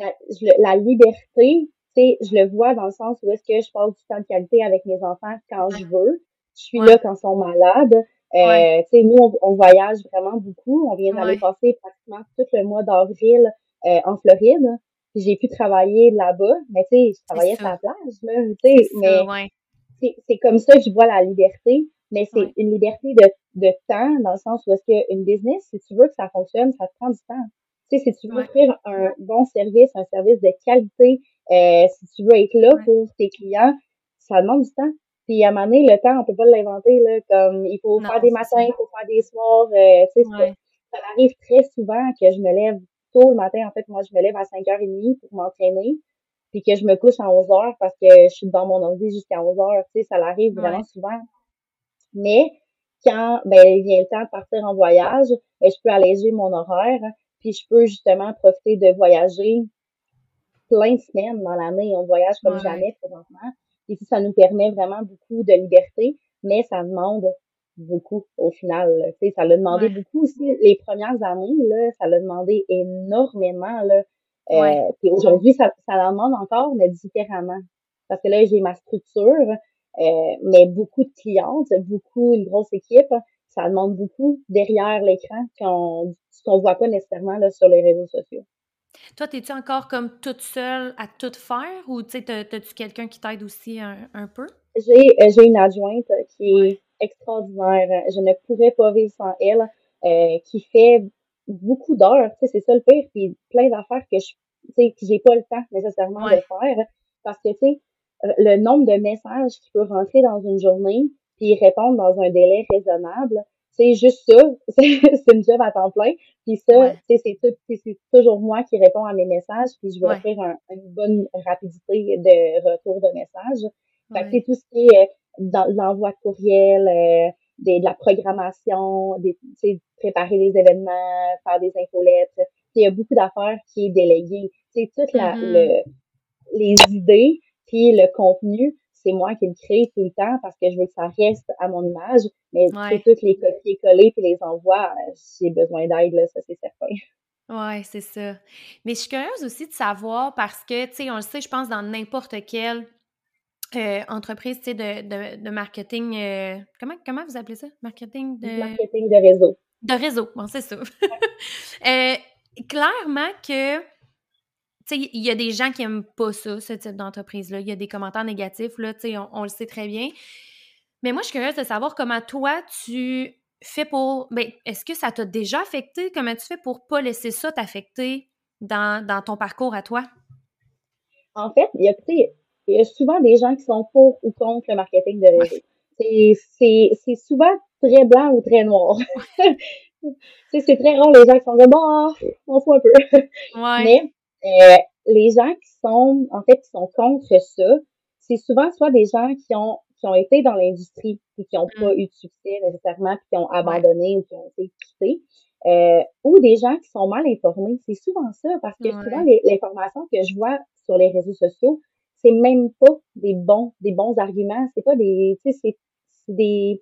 la liberté, tu sais, je le vois dans le sens où est-ce que je passe du temps de qualité avec mes enfants quand Ouais. je veux. Je suis là Ouais. quand ils sont malades. Ouais. Tu sais, nous, on voyage vraiment beaucoup. On vient d'aller Ouais. passer pratiquement tout le mois d'avril en Floride. Puis j'ai pu travailler là-bas, mais tu sais, je C'est travaillais sur ça. la plage, là, tu C'est sais, ça, mais ouais. c'est comme ça que je vois la liberté, mais c'est Ouais. une liberté de temps, dans le sens où est-ce qu'une business, si tu veux que ça fonctionne, ça te prend du temps. Tu sais, si tu veux Ouais. offrir un bon service, un service de qualité, si tu veux être là Ouais. pour tes clients, ça demande du temps. Puis à un moment donné, le temps, on peut pas l'inventer, là, comme il faut faire Non, des c'est ça. matins, il faut faire des soirs, tu sais, Ouais. ça m'arrive très souvent que je me lève tôt le matin. En fait, moi, je me lève à 5h30 pour m'entraîner, puis que je me couche à 11h parce que je suis devant mon ordi jusqu'à 11h. Tu sais, ça arrive vraiment Ouais. souvent. Mais quand ben, il vient le temps de partir en voyage, ben, je peux alléger mon horaire, puis je peux justement profiter de voyager plein de semaines dans l'année. On voyage comme Ouais. jamais présentement. Et puis, ça nous permet vraiment beaucoup de liberté, mais ça demande beaucoup au final. Là. Tu sais, ça l'a demandé Ouais. beaucoup aussi les premières années, là, ça l'a demandé énormément. Là. Ouais. Puis aujourd'hui, ça en demande encore, mais différemment. Parce que là, j'ai ma structure, mais beaucoup de clientes, beaucoup, une grosse équipe, ça demande beaucoup derrière l'écran ce qu'on voit pas nécessairement là, sur les réseaux sociaux. Toi, t'es-tu encore comme toute seule à tout faire ou tu sais, t'as-tu quelqu'un qui t'aide aussi un peu? J'ai une adjointe qui Ouais. est extraordinaire. Je ne pourrais pas vivre sans elle, qui fait beaucoup d'heures. Tu sais, c'est ça le pire, puis plein d'affaires tu sais, que j'ai pas le temps nécessairement de Ouais. faire, parce que tu sais, le nombre de messages qui peut rentrer dans une journée, puis répondre dans un délai raisonnable, c'est juste ça, c'est une job à temps plein. Puis ça, Ouais. tu sais, c'est toujours moi qui réponds à mes messages, puis je vais Ouais. offrir une bonne rapidité de retour de messages. Fait que, tu sais, Ouais. tout ce qui est dans l'envoi de courriel, de la programmation, tu sais, préparer des événements, faire des infolettes. Il y a beaucoup d'affaires qui est déléguées. Tu sais, toutes Mhm. les idées, puis le contenu, c'est moi qui le crée tout le temps parce que je veux que ça reste à mon image. Mais tu sais, Ouais. toutes les copier-coller puis les envois, j'ai besoin d'aide, là, ça c'est certain. Ouais, c'est ça. Mais je suis curieuse aussi de savoir parce que, tu sais, on le sait, je pense, dans n'importe quelle entreprise, tu sais, de marketing, comment vous appelez ça? Marketing Du de marketing de réseau. réseau, bon, c'est ça. Euh, clairement que, tu sais, il y a des gens qui aiment pas ça, ce type d'entreprise-là. Il y a des commentaires négatifs, là, tu sais, on le sait très bien. Mais moi, je suis curieuse de savoir comment toi, tu fais pour... Ben, est-ce que ça t'a déjà affecté? Comment tu fais pour pas laisser ça t'affecter dans ton parcours à toi? En fait, tu sais, il y a souvent des gens qui sont pour ou contre le marketing de Ouais. réseau. C'est souvent très blanc ou très noir. Tu sais, c'est très rare les gens qui sont comme, bon, on fout un peu. Ouais. Mais les gens en fait, qui sont contre ça, c'est souvent soit des gens qui ont été dans l'industrie et qui n'ont pas Mm. eu de succès nécessairement, puis qui ont Ouais. abandonné ou qui ont été quittés, ou des gens qui sont mal informés. C'est souvent ça, parce que souvent, Ouais. l'information que je vois sur les réseaux sociaux, c'est même pas des bons arguments. C'est pas tu sais, c'est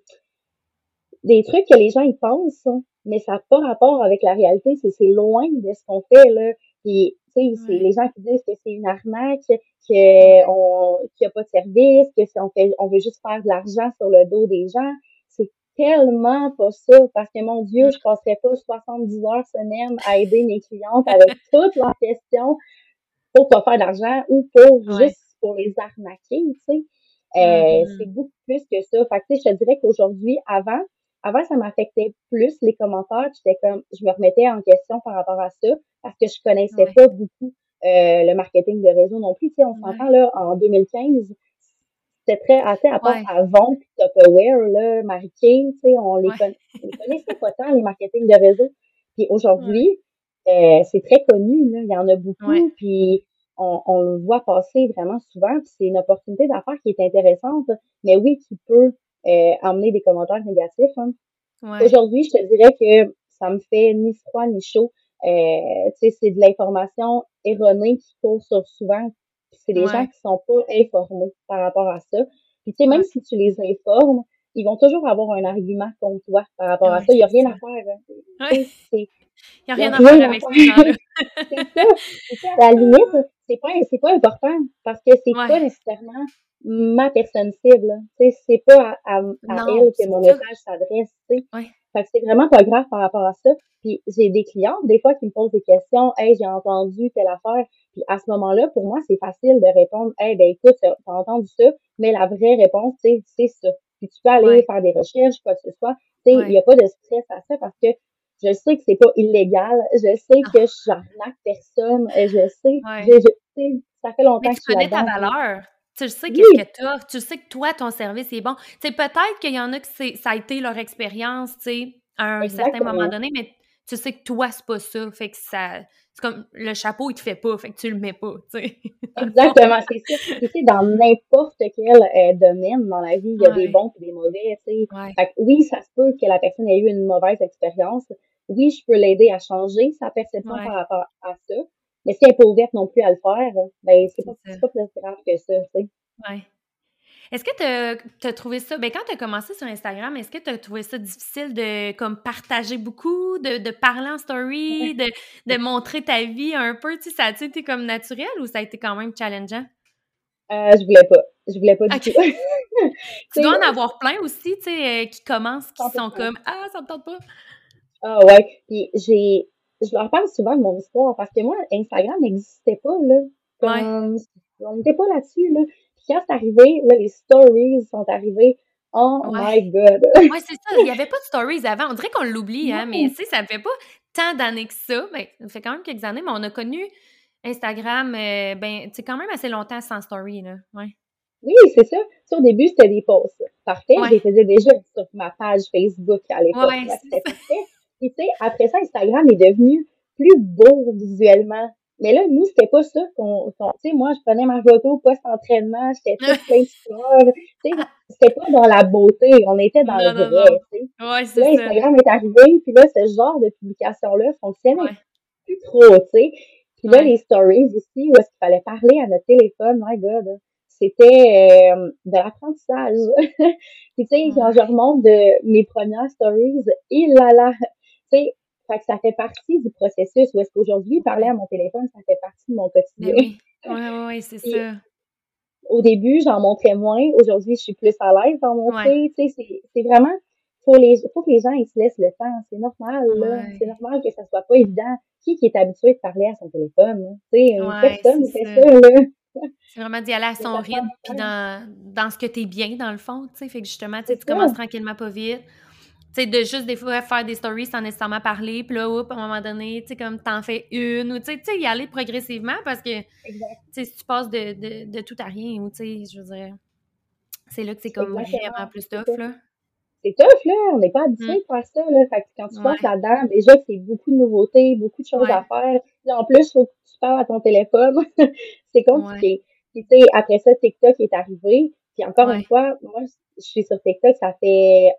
des trucs que les gens y pensent, hein, mais ça n'a pas rapport avec la réalité. C'est loin de ce qu'on fait, là. Puis, tu sais, c'est Ouais. les gens qui disent que c'est une arnaque, Ouais. qu'il n'y a pas de service, on veut juste faire de l'argent sur le dos des gens. C'est tellement pas ça, parce que mon Dieu, je passerais pas 70 heures semaine à aider mes clientes avec toutes leurs questions pour pas faire d'argent ou Ouais. pour les arnaquer, tu sais. C'est Mhm. beaucoup plus que ça. Fait que, tu sais, je te dirais qu'aujourd'hui, avant, ça m'affectait plus les commentaires. J'étais comme, je me remettais en question par rapport à ça parce que je connaissais Ouais. pas beaucoup le marketing de réseau non plus. Tu sais, on s'entend Ouais. là, en 2015, c'était très assez à part Ouais. Avon puis Tupperware, là, Marie-Kay, tu sais, Ouais. on les connaissait pas tant, les marketing de réseau. Puis Ouais. aujourd'hui, c'est très connu, là. Il y en a Ouais. beaucoup, puis on le voit passer vraiment souvent, puis c'est une opportunité d'affaires qui est intéressante, mais oui, qui peut amener des commentaires négatifs, hein. Ouais. Aujourd'hui, je te dirais que ça me fait ni froid ni chaud. Tu sais, c'est de l'information erronée qui court sur souvent. Puis c'est des gens Ouais. qui sont pas informés par rapport à ça. Puis tu sais, même Ouais. si tu les informes, ils vont toujours avoir un argument contre toi par rapport à Ouais, ça. Il y a c'est rien ça. à faire, hein. Ouais. Tu sais, Il y a il y a rien à faire rien à avec ces faire. gens-là. C'est ça. C'est ça. À la limite, c'est pas important parce que c'est pas Ouais. nécessairement ma personne cible. Tu sais, c'est pas à Non, elle que c'est mon ça. message s'adresse, tu sais. Ouais, Fait que c'est vraiment pas grave par rapport à ça. Puis j'ai des clientes, des fois, qui me posent des questions. Hey, j'ai entendu telle affaire. Puis à ce moment-là, pour moi, c'est facile de répondre. Hey, ben écoute, t'as entendu ça, mais la vraie réponse, c'est ça. Puis tu peux aller ouais, faire des recherches, quoi que ce soit. Tu sais, il n'y ouais, a pas de stress à ça parce que je sais que c'est pas illégal. Je sais non, que j'arnaque personne. Je sais, ouais. tu sais, ça fait Mais longtemps que tu je suis connais ta là-dedans. Puis valeur. Tu sais qu'est-ce que oui, tu as. Tu sais que toi, ton service est bon. Tu sais, peut-être qu'il y en a que ça a été leur expérience, tu sais, à un certain moment exactement. donné, mais tu sais que toi, c'est pas ça. Fait que ça. C'est comme le chapeau, il te fait pas. Fait que tu le mets pas, tu sais, dans le fond. Exactement, c'est ça. Puis, tu sais, dans n'importe quel domaine dans la vie, il y a des Ouais, bons et des mauvais, tu sais. ouais, Fait que oui, ça se peut que la personne ait eu une mauvaise expérience. Oui, je peux l'aider à changer sa perception ouais, par rapport à ça. Mais si elle n'est pas ouverte non plus à le faire, ben, c'est ça. c'est pas plus grave que ça, tu sais. Ouais. Est-ce que tu as trouvé ça ben, quand tu as commencé sur Instagram, est-ce que tu as trouvé ça difficile de comme partager beaucoup, de parler en story, de montrer ta vie un peu, tu sais, ça a-tu été comme naturel ou ça a été quand même challengeant? Je voulais pas. Je voulais pas du tout. OK. Tu Tu dois sais, en avoir plein aussi, tu sais, qui commencent, qui sont 100%. comme: «Ah, ça me tente pas». Ah ouais. Puis je leur parle souvent de mon histoire parce que moi, Instagram n'existait pas, là. Ouais. Comme, on n'était pas là-dessus, là. Puis quand c'est arrivé, là, les stories sont arrivées. Oh Ouais. my God! Ouais, c'est ça, il y avait pas de stories avant. On dirait qu'on l'oublie, hein, mais Non! tu sais, ça fait pas tant d'années que ça. Ben, ça fait quand même quelques années, mais on a connu Instagram, ben, tu sais, quand même assez longtemps sans story, là. Ouais. Oui, c'est ça. Tu sais, au début, c'était des posts. Parfait. Je Ouais. les faisais déjà sur ma page Facebook à l'époque. Ouais, Là, c'est c'était ça. parfait. Et tu sais, après ça, Instagram est devenu plus beau visuellement. Mais là, nous, c'était pas ça tu sais, moi, je prenais ma photo post-entraînement, j'étais toute plein de fleurs. Tu sais, c'était pas dans la beauté, on était dans le Non, non, non. vrai, tu sais. Ouais, Puis c'est là, ça. Instagram est arrivé, puis là, ce genre de publication-là fonctionnait Ouais, plus trop, tu sais. Puis là, les ouais, stories aussi, où est-ce qu'il fallait parler à notre téléphone, my God, c'était de l'apprentissage. Puis tu sais, quand je ouais. remonte de mes premières stories, il là là, tu sais, fait que ça fait partie du processus où est-ce qu'aujourd'hui, parler à Ouais. mon téléphone, ça fait partie de mon Ben quotidien. oui. Ouais, ouais, ouais, c'est Puis ça. au début, j'en montrais moins. Aujourd'hui, je suis plus à l'aise d'en Ouais, montrer. Tu sais, c'est vraiment, faut que les gens, ils se laissent le temps. C'est normal, là. C'est ouais, normal que ça soit pas évident. Qui est habitué de parler à son téléphone, là? Tu sais, ouais, c'est personne fait ça, ça. là. C'est vraiment d'y aller à Mais son ça prend rythme, du puis temps. dans ce que tu es bien, dans le fond, tu sais. Fait que justement, tu sais, C'est tu ça. commences tranquillement, pas vite. Tu sais, de juste des fois faire des stories sans nécessairement parler, puis là, oups, à un moment donné, tu sais, comme t'en fais une, ou tu sais, y aller progressivement parce que, tu Exact. sais, si tu passes de tout à rien, ou tu sais, je veux dire, c'est là que c'est comme vraiment Exactement. plus C'est ça. tough, là. C'est tough, là. On n'est pas habitué Mmh. de faire ça, là. Fait que quand tu passes Ouais, là-dedans, déjà, c'est beaucoup de nouveautés, beaucoup de choses à ouais, faire. Puis en plus, faut que tu parles à ton téléphone. C'est ouais, compliqué. Puis, tu sais, après ça, TikTok est arrivé. Puis encore une ouais. fois, moi, je suis sur TikTok, ça fait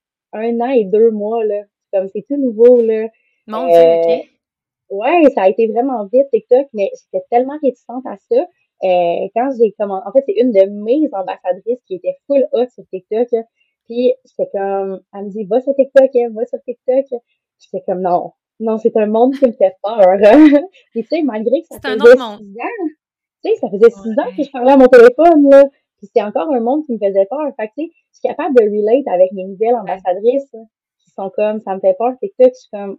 un an et 2 mois, là. Comme c'est tout nouveau, là. Mon Dieu, OK. Euh, Ouais, ça a été vraiment vite TikTok, mais j'étais tellement réticente à ça. Quand j'ai commencé, en fait, c'est une de mes ambassadrices qui était full hot sur TikTok. Puis j'étais comme, elle me dit, va sur TikTok, va sur TikTok. J'étais comme, non, non, c'est un monde qui me fait peur. Puis tu sais, malgré que ça C'est un autre faisait monde. 6 ans, tu sais, ça faisait 6 ans que je Ouais, parlais à mon téléphone, là. Puis c'était encore un monde qui me faisait peur. Fait que tu sais, je suis capable de relate avec mes nouvelles ouais. ambassadrices, là, qui sont comme, ça me fait peur TikTok. Je suis comme,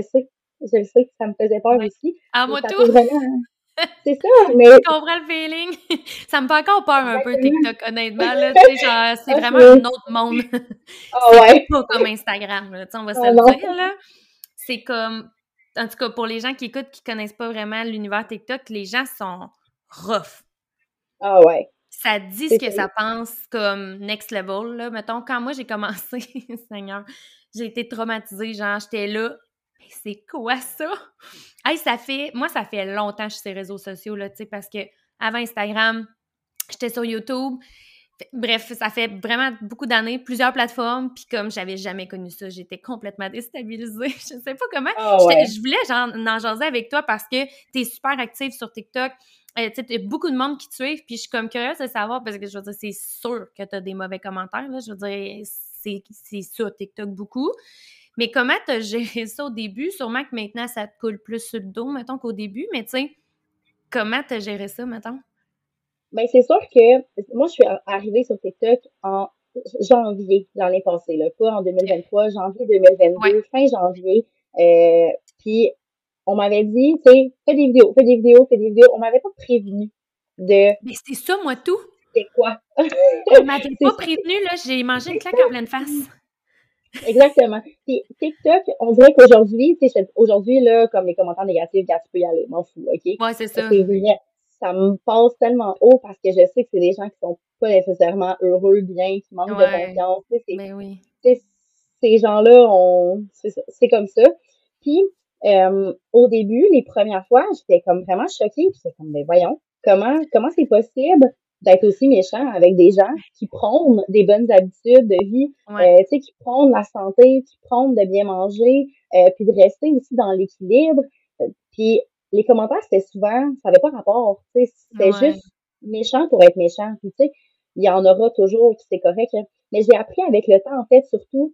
je sais que ça me faisait peur Ouais. aussi. À Et moi ça tout! peut vraiment, c'est ça, mais Je comprends le feeling. Ça me fait encore peur un peu exactement. TikTok, honnêtement, là, tu sais, genre, c'est Ah, vraiment un c'est, autre monde. ah C'est ouais, pas comme Instagram, là, tu sais, on va se ah le non, dire, là. C'est comme en tout cas, pour les gens qui écoutent, qui connaissent pas vraiment l'univers TikTok, les gens sont rough. ah ouais, Ça dit ce c'est que ça. ça pense comme next level, là. Mettons, quand moi j'ai commencé, Seigneur, j'ai été traumatisée, genre, j'étais là, mais c'est quoi ça? Hey, ça fait longtemps que je suis sur les réseaux sociaux, là, tu sais, parce que avant Instagram, j'étais sur YouTube. Bref, ça fait vraiment beaucoup d'années, plusieurs plateformes, puis comme j'avais jamais connu ça, j'étais complètement déstabilisée. Je sais pas comment. Ah ouais, Je voulais genre, en jaser avec toi parce que t'es super active sur TikTok. Tu sais, t'as beaucoup de monde qui te suivent, puis je suis comme curieuse de savoir parce que je veux dire, c'est sûr que t'as des mauvais commentaires, là. Je veux dire, c'est ça, TikTok beaucoup. Mais comment t'as géré ça au début? Sûrement que maintenant, ça te coule plus sur le dos, mettons, qu'au début, mais tu sais, comment t'as géré ça, mettons? Ben, c'est sûr que moi, je suis arrivée sur TikTok en janvier l'année passée, là, pas en OK. 2023, janvier Ouais. 2022, fin janvier. Puis, on m'avait dit, tu sais, fais des vidéos, fais des vidéos, fais des vidéos. On m'avait pas prévenu de Mais c'est ça, moi, tout. c'était quoi. On m'avait C'est pas ça, prévenue, là, j'ai mangé une claque en pleine face. exactement. Puis TikTok, on dirait qu'aujourd'hui, tu sais, aujourd'hui, là, comme les commentaires négatifs, gars, tu peux y aller, m'en fous, OK? Ouais, c'est ça. C'est vrai. Ça me passe tellement haut parce que je sais que c'est des gens qui sont pas nécessairement heureux, bien, qui manquent de Ouais, confiance. Tu sais, ben oui. c'est- ces gens-là, c'est comme ça. Puis, au début, les premières fois, j'étais comme vraiment choquée. Puis c'est comme, ben voyons, comment c'est possible d'être aussi méchant avec des gens qui prônent des bonnes habitudes de vie, Ouais, tu sais, qui prônent la santé, qui prônent de bien manger, puis de rester aussi dans l'équilibre. Puis les commentaires, c'était souvent, ça n'avait pas rapport. Tu sais, c'était ouais, juste méchant pour être méchant. Puis tu sais, il y en aura toujours qui c'est correct, hein. Mais j'ai appris avec le temps, en fait, surtout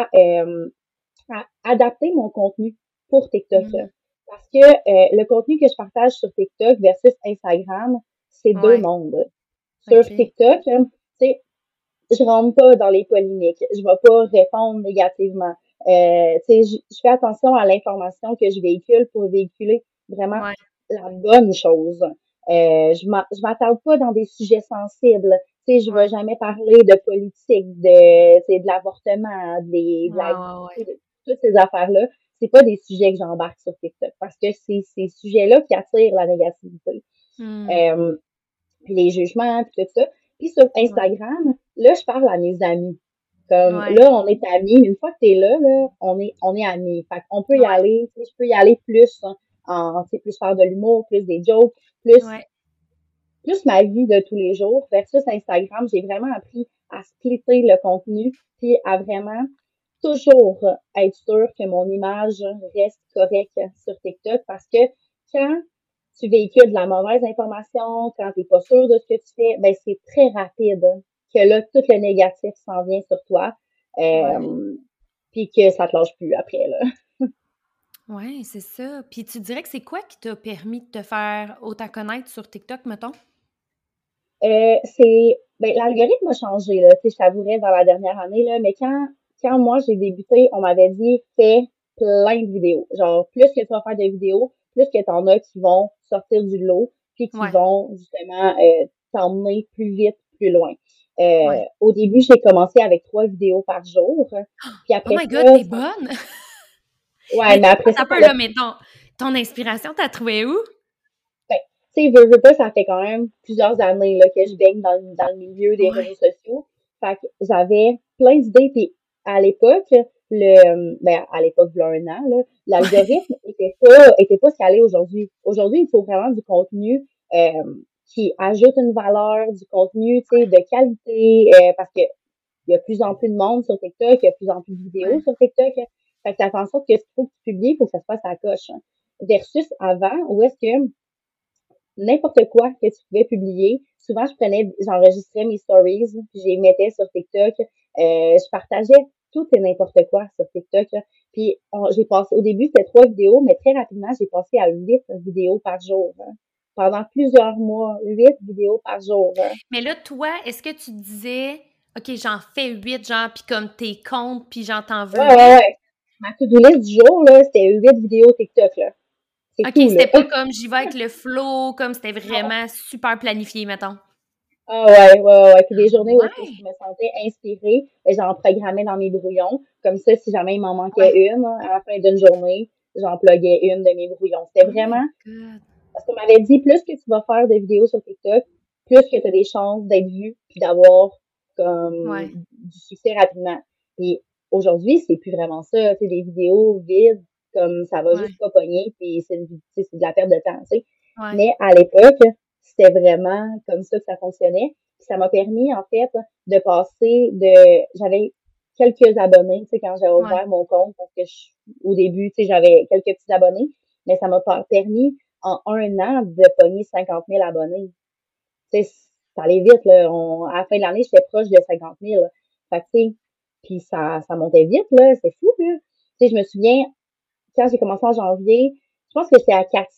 à adapter mon contenu pour TikTok, là. mmh, Parce que le contenu que je partage sur TikTok versus Instagram, c'est deux ouais, mondes. Sur OK. TikTok, tu sais, je rentre pas dans les polémiques. Je vais pas répondre négativement. Tu sais, je fais attention à l'information que je véhicule pour véhiculer vraiment Ouais, la bonne chose. Je m'attarde pas dans des sujets sensibles. Tu sais, je vais ouais, jamais parler de politique, tu sais, de l'avortement, ouais, ouais, ouais. tu sais, de toutes ces affaires-là. C'est pas des sujets que j'embarque sur TikTok parce que c'est ces sujets-là qui attirent la négativité. Mmh, Euh, puis les jugements, puis tout ça. Puis sur ouais, Instagram, là, je parle à mes amis. Comme ouais, là, on est amis. Une fois que t'es là, on est amis. Fait qu'on peut y ouais, aller. Tu sais, je peux y aller plus tu sais, plus faire de l'humour, plus des jokes, plus, ouais, plus ma vie de tous les jours. Versus Instagram, j'ai vraiment appris à splitter le contenu, puis à vraiment toujours être sûr que mon image reste correcte sur TikTok parce que quand tu véhicules de la mauvaise information, quand tu n'es pas sûr de ce que tu fais, ben c'est très rapide que là, tout le négatif s'en vient sur toi. ouais, Puis que ça te lâche plus après, là. ouais, c'est ça. Puis tu dirais que c'est quoi qui t'a permis de te faire autant connaître sur TikTok, mettons? Ben, l'algorithme a changé, là, tu sais, je t'avouerais dans la dernière année, là, mais quand moi j'ai débuté, on m'avait dit fais plein de vidéos. Genre, plus que tu vas faire de vidéos, plus que t'en as qui vont sortir du lot, puis qui Ouais, vont justement t'emmener plus vite, plus loin. ouais. Au début, j'ai commencé avec 3 vidéos par jour. Puis Oh après my God, ça, t'es bonne! ouais, Mais mais après ça, attends un ça peu l'a là, mais ton inspiration, tu trouvé où? ben, tu sais, veux pas, ça fait quand même plusieurs années là, que je baigne dans le milieu des Ouais, réseaux sociaux. Fait que j'avais plein d'idées. Puis à l'époque, ben, à l'époque, il y a un an, là, ouais, l'algorithme était pas ce qu'elle est aujourd'hui. Aujourd'hui, il faut vraiment du contenu euh, qui ajoute une valeur, du contenu, tu sais, de qualité, parce que il y a de plus en plus de monde sur TikTok, il y a de plus en plus de vidéos ouais, sur TikTok. Fait que ça fait en sorte que ce qu'il faut que tu publies, il faut que ça se passe à la coche, hein. Versus avant, où est-ce que n'importe quoi que tu pouvais publier. Souvent, j'enregistrais mes stories, puis je les mettais sur TikTok. Je partageais tout et n'importe quoi sur TikTok, là. Puis j'ai passé, au début, c'était 3 vidéos, mais très rapidement, j'ai passé à 8 vidéos par jour, hein. Pendant plusieurs mois, 8 vidéos par jour, hein. mais là, toi, est-ce que tu disais: «OK, j'en fais 8 genre, puis comme tes comptes, puis j'en t'en veux Ouais, ouais, 8. ouais. Ma to-do list du jour, là, c'était 8 vidéos TikTok, là. C'est OK, tout, là. c'était pas comme j'y vais avec le flow, comme c'était Non. vraiment super planifié, mettons. Ah ouais, ouais, ouais, ouais. Puis des Ah journées où est-ce que ouais? je me sentais inspirée, ben, j'en programmais dans mes brouillons. Comme ça, si jamais il m'en manquait Ouais. une, hein, à la fin d'une journée, j'en pluguais une de mes brouillons. C'était Oh my vraiment, God. parce qu'on m'avait dit, plus que tu vas faire de vidéos sur TikTok, plus que tu as des chances d'être vu puis d'avoir comme Ouais, du succès rapidement. Puis aujourd'hui, c'est plus vraiment ça. Tu sais, des vidéos vides, comme ça va juste ouais, pas pogner, puis tu sais, c'est de la perte de temps, tu sais. ouais, Mais à l'époque, c'était vraiment comme ça que ça fonctionnait. Puis ça m'a permis, en fait, de passer j'avais quelques abonnés, tu sais, quand j'avais ouais, ouvert mon compte, parce que au début, tu sais, j'avais quelques petits abonnés, mais ça m'a permis en un an de pogner 50 000 abonnés. Tu sais, ça allait vite, là. À la fin de l'année, j'étais proche de 50 000. Fait que, tu sais, puis ça montait vite, là. C'est fou, là. Tu sais, je me souviens, quand j'ai commencé en janvier, je pense que c'était à 400.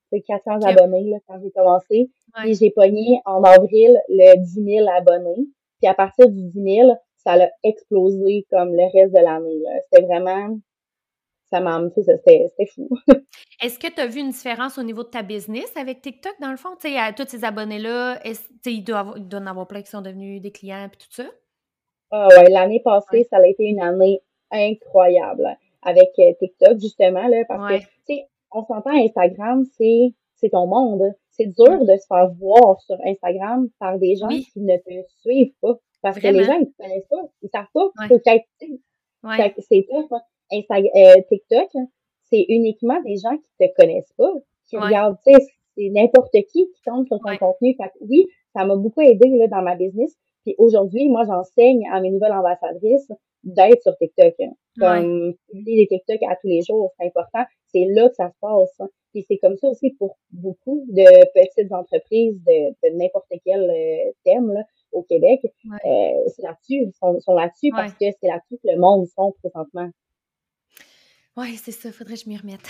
400 OK. abonnés là, quand j'ai commencé. Puis Ouais. j'ai pogné en avril le 10 000 abonnés. Puis à partir du 10 000, ça a explosé comme le reste de l'année. Là. C'était vraiment, ça m'a, tu sais, c'était fou. Est-ce que tu as vu une différence au niveau de ta business avec TikTok, dans le fond? Tu sais, à tous ces abonnés-là, il doit en avoir plein qui sont devenus des clients et tout ça? Ah ouais, l'année Ouais. passée, ça a été une année incroyable avec TikTok, justement, là, parce que, Ouais. tu sais, on s'entend, Instagram, c'est ton monde. C'est dur de se faire voir sur Instagram par des gens Oui, qui ne te suivent pas. Parce que les vraiment. gens, ils te connaissent pas. Ils savent pas Ouais. peut-être, tu sais, Ouais. c'est tough, hein. TikTok, hein, c'est uniquement des gens qui te connaissent pas, qui Ouais. regardent, tu sais, c'est n'importe qui tombe sur ton Ouais. contenu. Fait que oui, ça m'a beaucoup aidé là, dans ma business. Puis aujourd'hui, moi, j'enseigne à mes nouvelles ambassadrices d'être sur TikTok, hein. Ouais. Comme publier des TikTok à tous les jours, c'est important. C'est là que ça se passe, hein. Puis c'est comme ça aussi pour beaucoup de petites entreprises de n'importe quel thème là, au Québec. Ouais. C'est là-dessus, sont là-dessus parce Ouais. que c'est là-dessus que le monde sont présentement. Ouais, c'est ça, faudrait que je m'y remette.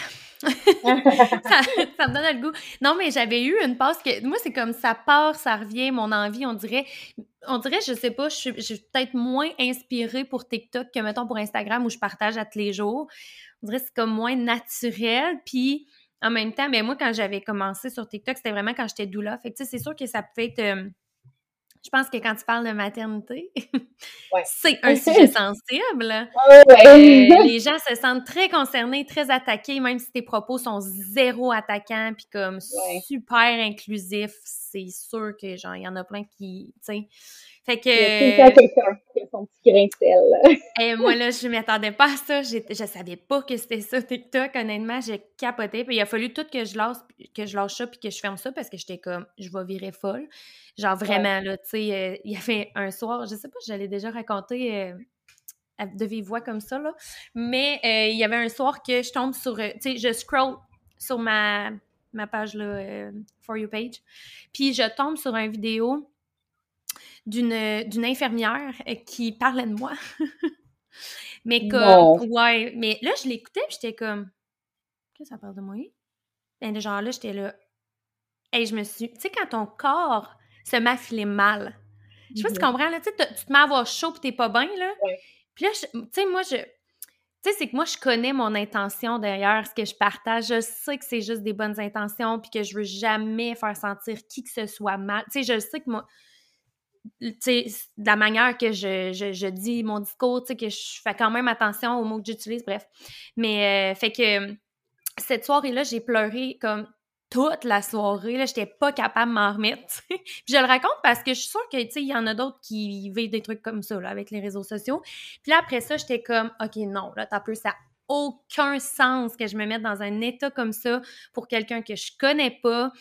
Ça ça me donne le goût. Non, mais j'avais eu une passe que moi, c'est comme ça part, ça revient, mon envie, on dirait, je sais pas, je suis peut-être moins inspirée pour TikTok que, mettons, pour Instagram où je partage à tous les jours. On dirait que c'est comme moins naturel, puis en même temps, mais moi, quand j'avais commencé sur TikTok, c'était vraiment quand j'étais doula. Fait que, tu sais, c'est sûr que ça pouvait être, je pense que quand tu parles de maternité, Ouais. c'est un sujet sensible. Ah ouais. Les gens se sentent très concernés, très attaqués, même si tes propos sont zéro attaquants puis comme Ouais. super inclusifs. C'est sûr que genre il y en a plein qui, tu sais. Fait Il y a tout le temps que quelqu'un qui a son petit grain de sel. moi là, je m'attendais pas à ça. Je savais pas que c'était ça TikTok. Honnêtement, j'ai capoté. Puis il a fallu tout que je lâche ça puis que je ferme ça parce que j'étais comme, je vais virer folle. Genre Ouais. vraiment là, tu sais, il y avait un soir, je sais pas, je l'ai déjà raconté. De vive voix comme ça, là. Mais il y avait un soir que je tombe sur... tu sais, je scroll sur ma page, là, For You page, puis je tombe sur une vidéo d'une infirmière qui parlait de moi. Mais comme... Non. Ouais, mais là, je l'écoutais, puis j'étais comme... Qu'est-ce que ça parle de moi? Ben, genre là, j'étais là... Hey, je me suis... Tu sais, quand ton corps se met à filer mal, je sais pas si tu Mhm. comprends, là, tu sais, tu te mets à avoir chaud puis t'es pas bien, là. Ouais. Puis là, tu sais, moi, tu sais, c'est que moi, je connais mon intention derrière ce que je partage. Je sais que c'est juste des bonnes intentions puis que je veux jamais faire sentir qui que ce soit mal. Tu sais, je sais que moi, tu sais, de la manière que je dis mon discours, tu sais, que je fais quand même attention aux mots que j'utilise, bref. Mais, fait que cette soirée-là, j'ai pleuré comme toute la soirée. Là, j'étais pas capable de m'en remettre. Puis je le raconte parce que je suis sûre que, tu sais, il y en a d'autres qui vivent des trucs comme ça, là, avec les réseaux sociaux. Puis là, après ça, j'étais comme, OK, non, là, t'as peu, ça n'a aucun sens que je me mette dans un état comme ça pour quelqu'un que je connais pas,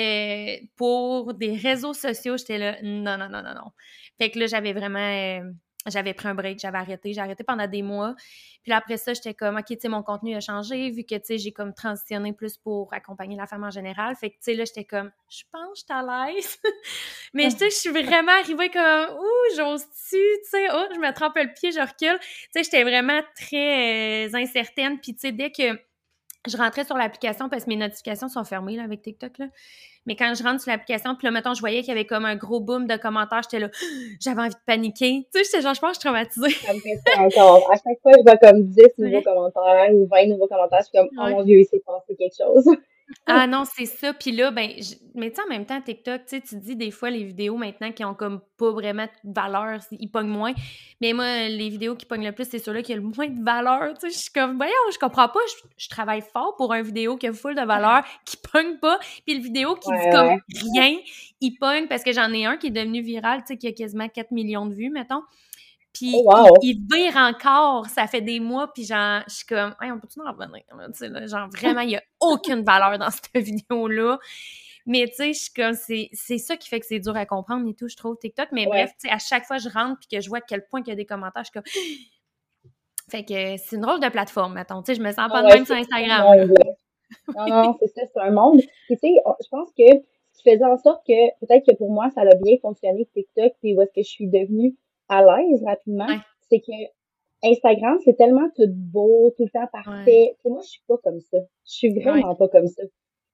pour des réseaux sociaux. J'étais là, non, non, non, non, non. Fait que là, j'avais pris un break, j'ai arrêté pendant des mois. Puis là, après ça, j'étais comme, OK, tu sais, mon contenu a changé, vu que, tu sais, j'ai comme transitionné plus pour accompagner la femme en général. Fait que, tu sais, là, j'étais comme, je pense que je suis à l'aise. Mais, tu sais, je suis vraiment arrivée comme, ouh, j'ose-tu, tu sais, oh, je me trempe le pied, je recule. Tu sais, j'étais vraiment très incertaine. Puis, tu sais, dès que je rentrais sur l'application, parce que mes notifications sont fermées, là, avec TikTok, là. Mais quand je rentre sur l'application, puis là, mettons, je voyais qu'il y avait comme un gros boom de commentaires, j'étais là, j'avais envie de paniquer. Tu sais, j'étais genre, je pense que je suis traumatisée. Ça me fait ça encore. À chaque fois, je vois comme 10 C'est nouveaux vrai? commentaires ou 20 nouveaux commentaires. Je suis comme, oh Ouais. mon Dieu, il s'est passé quelque chose. Ah non, c'est ça. Puis là, ben, mais tu sais, en même temps, TikTok, tu sais, tu dis des fois les vidéos maintenant qui ont comme pas vraiment de valeur, ils pognent moins. Mais moi, les vidéos qui pognent le plus, c'est ceux-là qui ont le moins de valeur. Tu sais, je suis comme, voyons, je comprends pas. Je travaille fort pour une vidéo qui a full de valeur, qui pogne pas. Puis le vidéo qui dit Ouais, comme ouais. rien, il pogne parce que j'en ai un qui est devenu viral, tu sais, qui a quasiment 4 millions de vues, mettons. Oh Puis wow. il vire encore, ça fait des mois, puis genre, je suis comme, hey, on peut-tu en revenir? Là? Tu sais, là, genre, vraiment, il n'y a aucune valeur dans cette vidéo-là. Mais tu sais, je suis comme, c'est ça qui fait que c'est dur à comprendre et tout, je trouve, TikTok. Mais bref, Ouais. tu sais, à chaque fois que je rentre puis que je vois à quel point il y a des commentaires, je suis comme, fait que c'est une drôle de plateforme, mettons. Tu sais, je me sens Ah pas de ouais, même sur c'est un Instagram, là. monde, là. Non, non, c'est ça, c'est un monde. Puis tu sais, je pense que ce qui faisait en sorte que peut-être que pour moi, ça a bien fonctionné TikTok, puis où est-ce que je suis devenue à l'aise rapidement, Ouais, c'est que Instagram, c'est tellement tout beau, tout le temps ouais, parfait. Que moi, je suis pas comme ça. Je suis ouais. vraiment pas comme ça.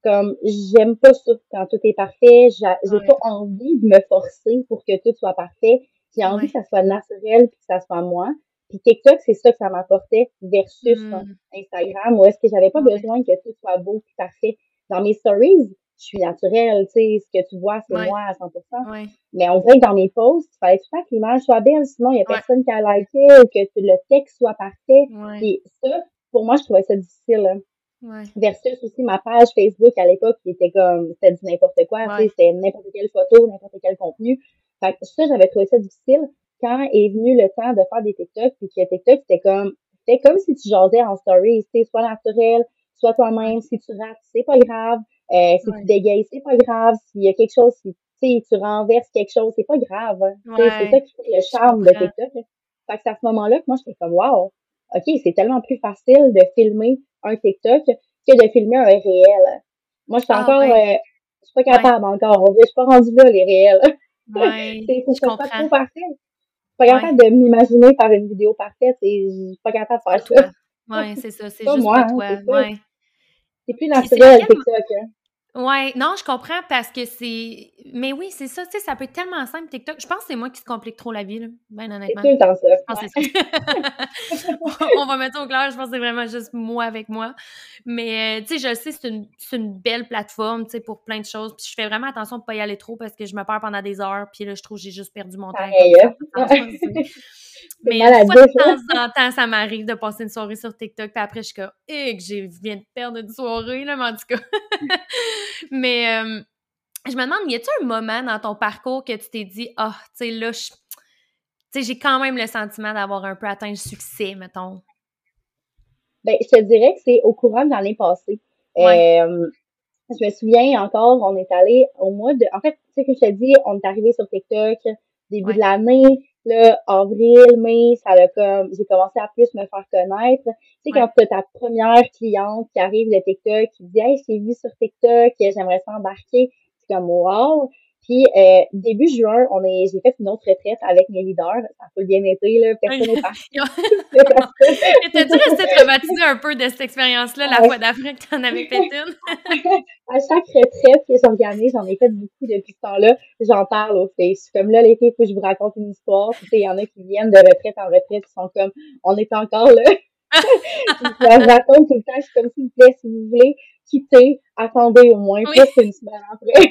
comme, j'aime pas ça quand tout est parfait. J'ai Ouais. pas envie de me forcer pour que tout soit parfait. J'ai envie que Ouais. ça soit naturel puis que ça soit moi. Puis TikTok, c'est ça que ça m'apportait versus Hmm. Instagram où est-ce que j'avais pas Ouais. besoin que tout soit beau puis parfait. Dans mes stories, je suis naturelle, tu sais, ce que tu vois, c'est Ouais. moi à 100%. Ouais. Mais on dirait que dans mes posts, il fallait tout le temps que l'image soit belle, sinon il y a Ouais. personne qui a liké ou que le texte soit parfait. Ouais. Puis ça, pour moi, je trouvais ça difficile, hein. Ouais. Versus aussi ma page Facebook à l'époque qui était comme, c'était du n'importe quoi, tu sais, Ouais. c'était n'importe quelle photo, n'importe quel contenu. Fait que ça, j'avais trouvé ça difficile. Quand est venu le temps de faire des TikTok, puis que TikTok, c'était comme si tu jasais en story, tu sais, soit naturel, soit toi-même. Si tu rates, c'est pas grave. Si tu Ouais. dégayes, c'est pas grave. S'il y a quelque chose, si, tu sais, tu renverses quelque chose, c'est pas grave, hein. Tu sais, c'est Ouais. ça qui fait le Je charme de comprends. TikTok, là. Fait que c'est à ce moment-là que moi, j'étais comme, wow, OK, c'est tellement plus facile de filmer un TikTok que de filmer un réel. Moi, Ah ouais. je suis pas Ouais. capable encore. Je suis pas rendue là, les réels. Ouais. C'est, faut Je que ça soit comprends. trop parfait. Je suis pas Ouais. capable de m'imaginer faire une vidéo parfaite. Je suis pas capable de C'est pas faire ça. toi. Ouais, c'est ça. C'est Pas juste moi, pas hein, toi. c'est ça. Ouais. C'est plus Puis c'est à naturel, quel TikTok, hein. Ouais, non, je comprends parce que c'est mais oui, c'est ça, tu sais, ça peut être tellement simple TikTok. Je pense que c'est moi qui se complique trop la vie, là, ben C'est tout honnêtement. le temps ça. Je pense que c'est Ouais. ça. On va mettre ça au clair, je pense que c'est vraiment juste moi avec moi. Mais, tu sais, je le sais, c'est une belle plateforme, tu sais, pour plein de choses. Puis je fais vraiment attention de pas y aller trop parce que je me perds pendant des heures. Puis là, je trouve que j'ai juste perdu mon temps comme Pareil, ça hein. a pas de sens, tu sais. C'est Mais une fois maladif, de là. temps en temps, ça m'arrive de passer une soirée sur TikTok, puis après, je suis comme, que j'ai viens de perdre une soirée, là, mais en tout cas. Mais, je me demande, y a-tu un moment dans ton parcours que tu t'es dit, ah, tu sais, là, tu sais, j'ai quand même le sentiment d'avoir un peu atteint le succès, mettons. Ben, je te dirais que c'est au courant de l'année passée. Ouais, Euh, Je me souviens encore, on est allé au mois de... En fait, tu sais que je te dis, on est arrivé sur TikTok début de ouais, l'année, là, avril, mai, ça a comme... J'ai commencé à plus me faire connaître. Tu sais, ouais. quand t'as ta première cliente qui arrive de TikTok, qui dit « Hey, je t'ai vu sur TikTok, j'aimerais ça embarquer. » C'est comme « Wow! » Puis, début juin, j'ai fait une autre retraite avec mes leaders. Ça a pas bien été, là. Personne n'est parti. Ils ont- C'est parce T'as-tu resté traumatisé un peu de cette expérience-là la fois que, d'après que t'en avais fait une? à chaque retraite que j'organise, j'en ai fait beaucoup depuis ce temps-là, j'en parle aux filles. Je suis comme là, les filles, faut que je vous raconte une histoire. Puis, tu sais, il y en a qui viennent de retraite en retraite, qui sont comme, on est encore là. Je leur raconte tout le temps, je suis comme, s'il vous plaît, si vous voulez quitter, attendez au moins Oui. plus qu'une semaine après.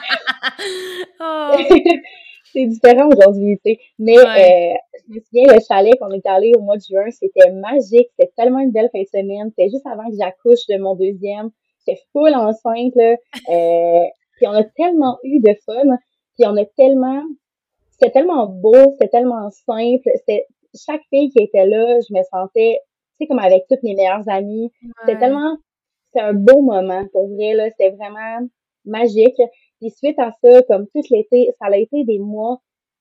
Oh, C'est différent aujourd'hui, tu sais. Mais ouais, je me souviens, le chalet qu'on est allé au mois de juin, c'était magique. C'était tellement une belle fin de semaine. C'était juste avant que j'accouche de mon deuxième. J'étais full enceinte, là. Puis on a tellement eu de fun. Puis on a tellement... C'était tellement beau, c'était tellement simple. C'était chaque fille qui était là, je me sentais, tu sais, comme avec toutes mes meilleures amies. C'était ouais. tellement... C'était un beau moment, pour vrai, là. C'était vraiment magique. Puis suite à ça, comme tout l'été, ça a été des mois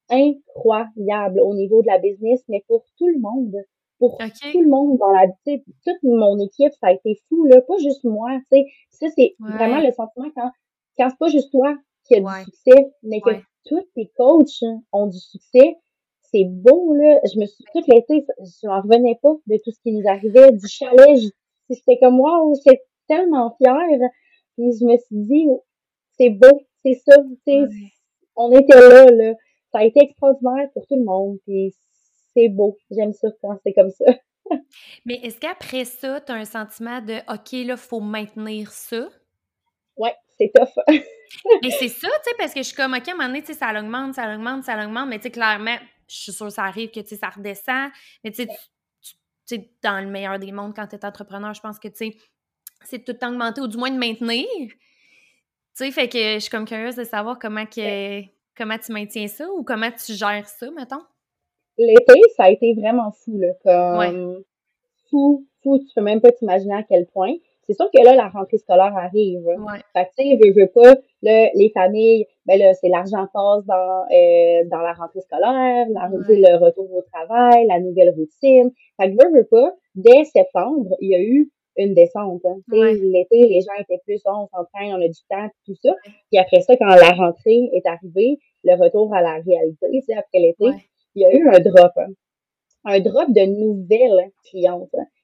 incroyables au niveau de la business, mais pour tout le monde. Pour tout OK. le monde dans la, tu sais, toute mon équipe, ça a été fou, là. Pas juste moi, tu sais. Ça, c'est vraiment Ouais, le sentiment quand c'est pas juste toi qui a du ouais, succès, mais que ouais. tous tes coachs ont du succès. C'est beau, là. Tout l'été, je m'en revenais pas de tout ce qui nous arrivait, du chalet. J'étais comme, wow, j'étais tellement fière. Puis je me suis dit, c'est beau, c'est ça, tu sais, Ouais. on était là, là. Ça a été extraordinaire pour tout le monde, puis c'est beau. J'aime ça quand c'est comme ça. Mais est-ce qu'après ça, tu as un sentiment de OK, là, faut maintenir ça? Ouais, c'est tough. Mais c'est ça, tu sais, parce que je suis comme OK, à un moment donné, tu sais, ça augmente, ça augmente, ça augmente, mais tu sais, clairement, je suis sûre que ça arrive que, tu sais, ça redescend, mais tu sais, tu sais, dans le meilleur des mondes, quand tu es entrepreneur, je pense que, tu sais, c'est de tout augmenter ou du moins de maintenir. Tu sais, fait que je suis comme curieuse de savoir comment tu maintiens ça ou comment tu gères ça, mettons? L'été, ça a été vraiment fou, là. Ouais, Comme fou, fou, tu peux même pas t'imaginer à quel point. C'est sûr que là, la rentrée scolaire arrive. ouais, Fait que, tu sais, veux pas, là, les familles, ben là, c'est l'argent passe dans la rentrée scolaire, tu sais, ouais, le retour au travail, la nouvelle routine. Fait que veux pas, dès septembre, il y a eu une descente, hein. Tu sais, ouais, l'été, les gens étaient plus, on s'entraîne, on a du temps, tout ça. Puis après ça, quand la rentrée est arrivée, le retour à la réalité, tu sais, après l'été, ouais, il y a eu un drop, hein, un drop de nouvelles clientes, hein.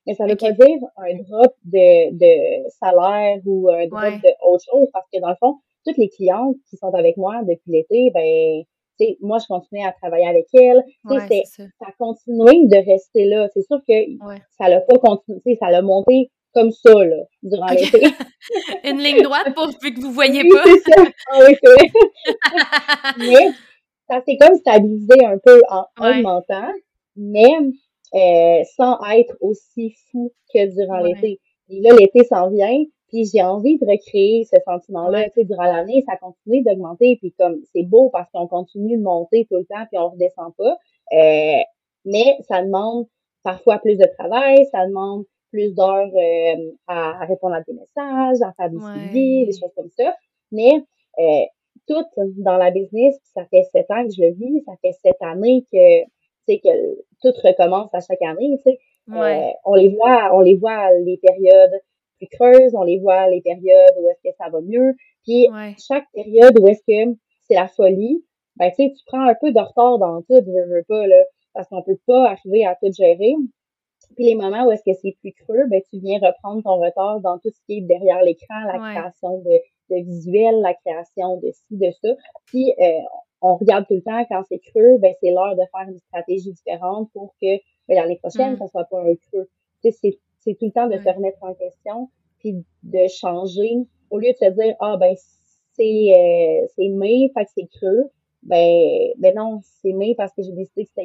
Mais ça veut OK. pas dire un drop de salaire ou un drop Ouais. de autre chose parce que dans le fond, toutes les clientes qui sont avec moi depuis l'été, ben, tu sais, moi, je continuais à travailler avec elles. Tu sais, Ouais, c'est ça. ça a continué de rester là. C'est sûr que Ouais. ça l'a pas continué, tu sais, ça l'a monté comme ça, là, durant OK. l'été. Une ligne droite pour vu que vous voyez Oui, pas. c'est ça. Ah oui, c'est vrai. Mais ça s'est comme stabilisé un peu en Ouais. augmentant, mais sans être aussi fou que durant Ouais. l'été. Et là, l'été s'en vient, puis j'ai envie de recréer ce sentiment-là. Ouais. Tu sais, durant l'année, ça continue d'augmenter, puis comme c'est beau parce qu'on continue de monter tout le temps, puis on redescend pas. Mais ça demande parfois plus de travail, ça demande plus d'heures à répondre à des messages, à faire des suivis, des Ouais. choses comme ça. Mais euh, tout dans la business, ça fait 7 ans que je le vis, ça fait 7 années que, tu sais, que tout recommence à chaque année, tu sais. Ouais. On les voit les périodes plus creuses, on les voit les périodes où est-ce que ça va mieux. Puis Ouais. chaque période où est-ce que c'est la folie, ben tu sais, tu prends un peu de retard dans tout, veux pas, là, parce qu'on peut pas arriver à tout gérer. Puis les moments où est-ce que c'est plus creux, ben tu viens reprendre ton retard dans tout ce qui est derrière l'écran, la Ouais. création de visuels, la création de ci, de ça. Puis on regarde tout le temps quand c'est creux, ben c'est l'heure de faire une stratégie différente pour que ben, l'année prochaine, Mmh. ça soit pas un creux. Tu sais, c'est tout le temps de se Ouais. remettre en question, puis de changer. Au lieu de se dire ah ben c'est mai, fait que c'est creux, ben non, c'est mai parce que j'ai décidé que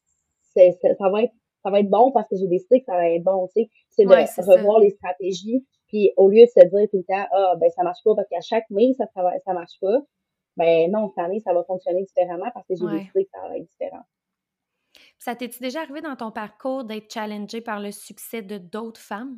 ça va être bon parce que j'ai décidé que ça va être bon, tu sais. C'est de Ouais, c'est ça. revoir les stratégies. Puis au lieu de se dire tout le temps, ah, ben ça marche pas parce qu'à chaque mai, ça marche pas. Ben non, cette année, ça va fonctionner différemment parce que j'ai Ouais. décidé que ça va être différent. Ça t'est-tu déjà arrivé dans ton parcours d'être challengée par le succès de d'autres femmes?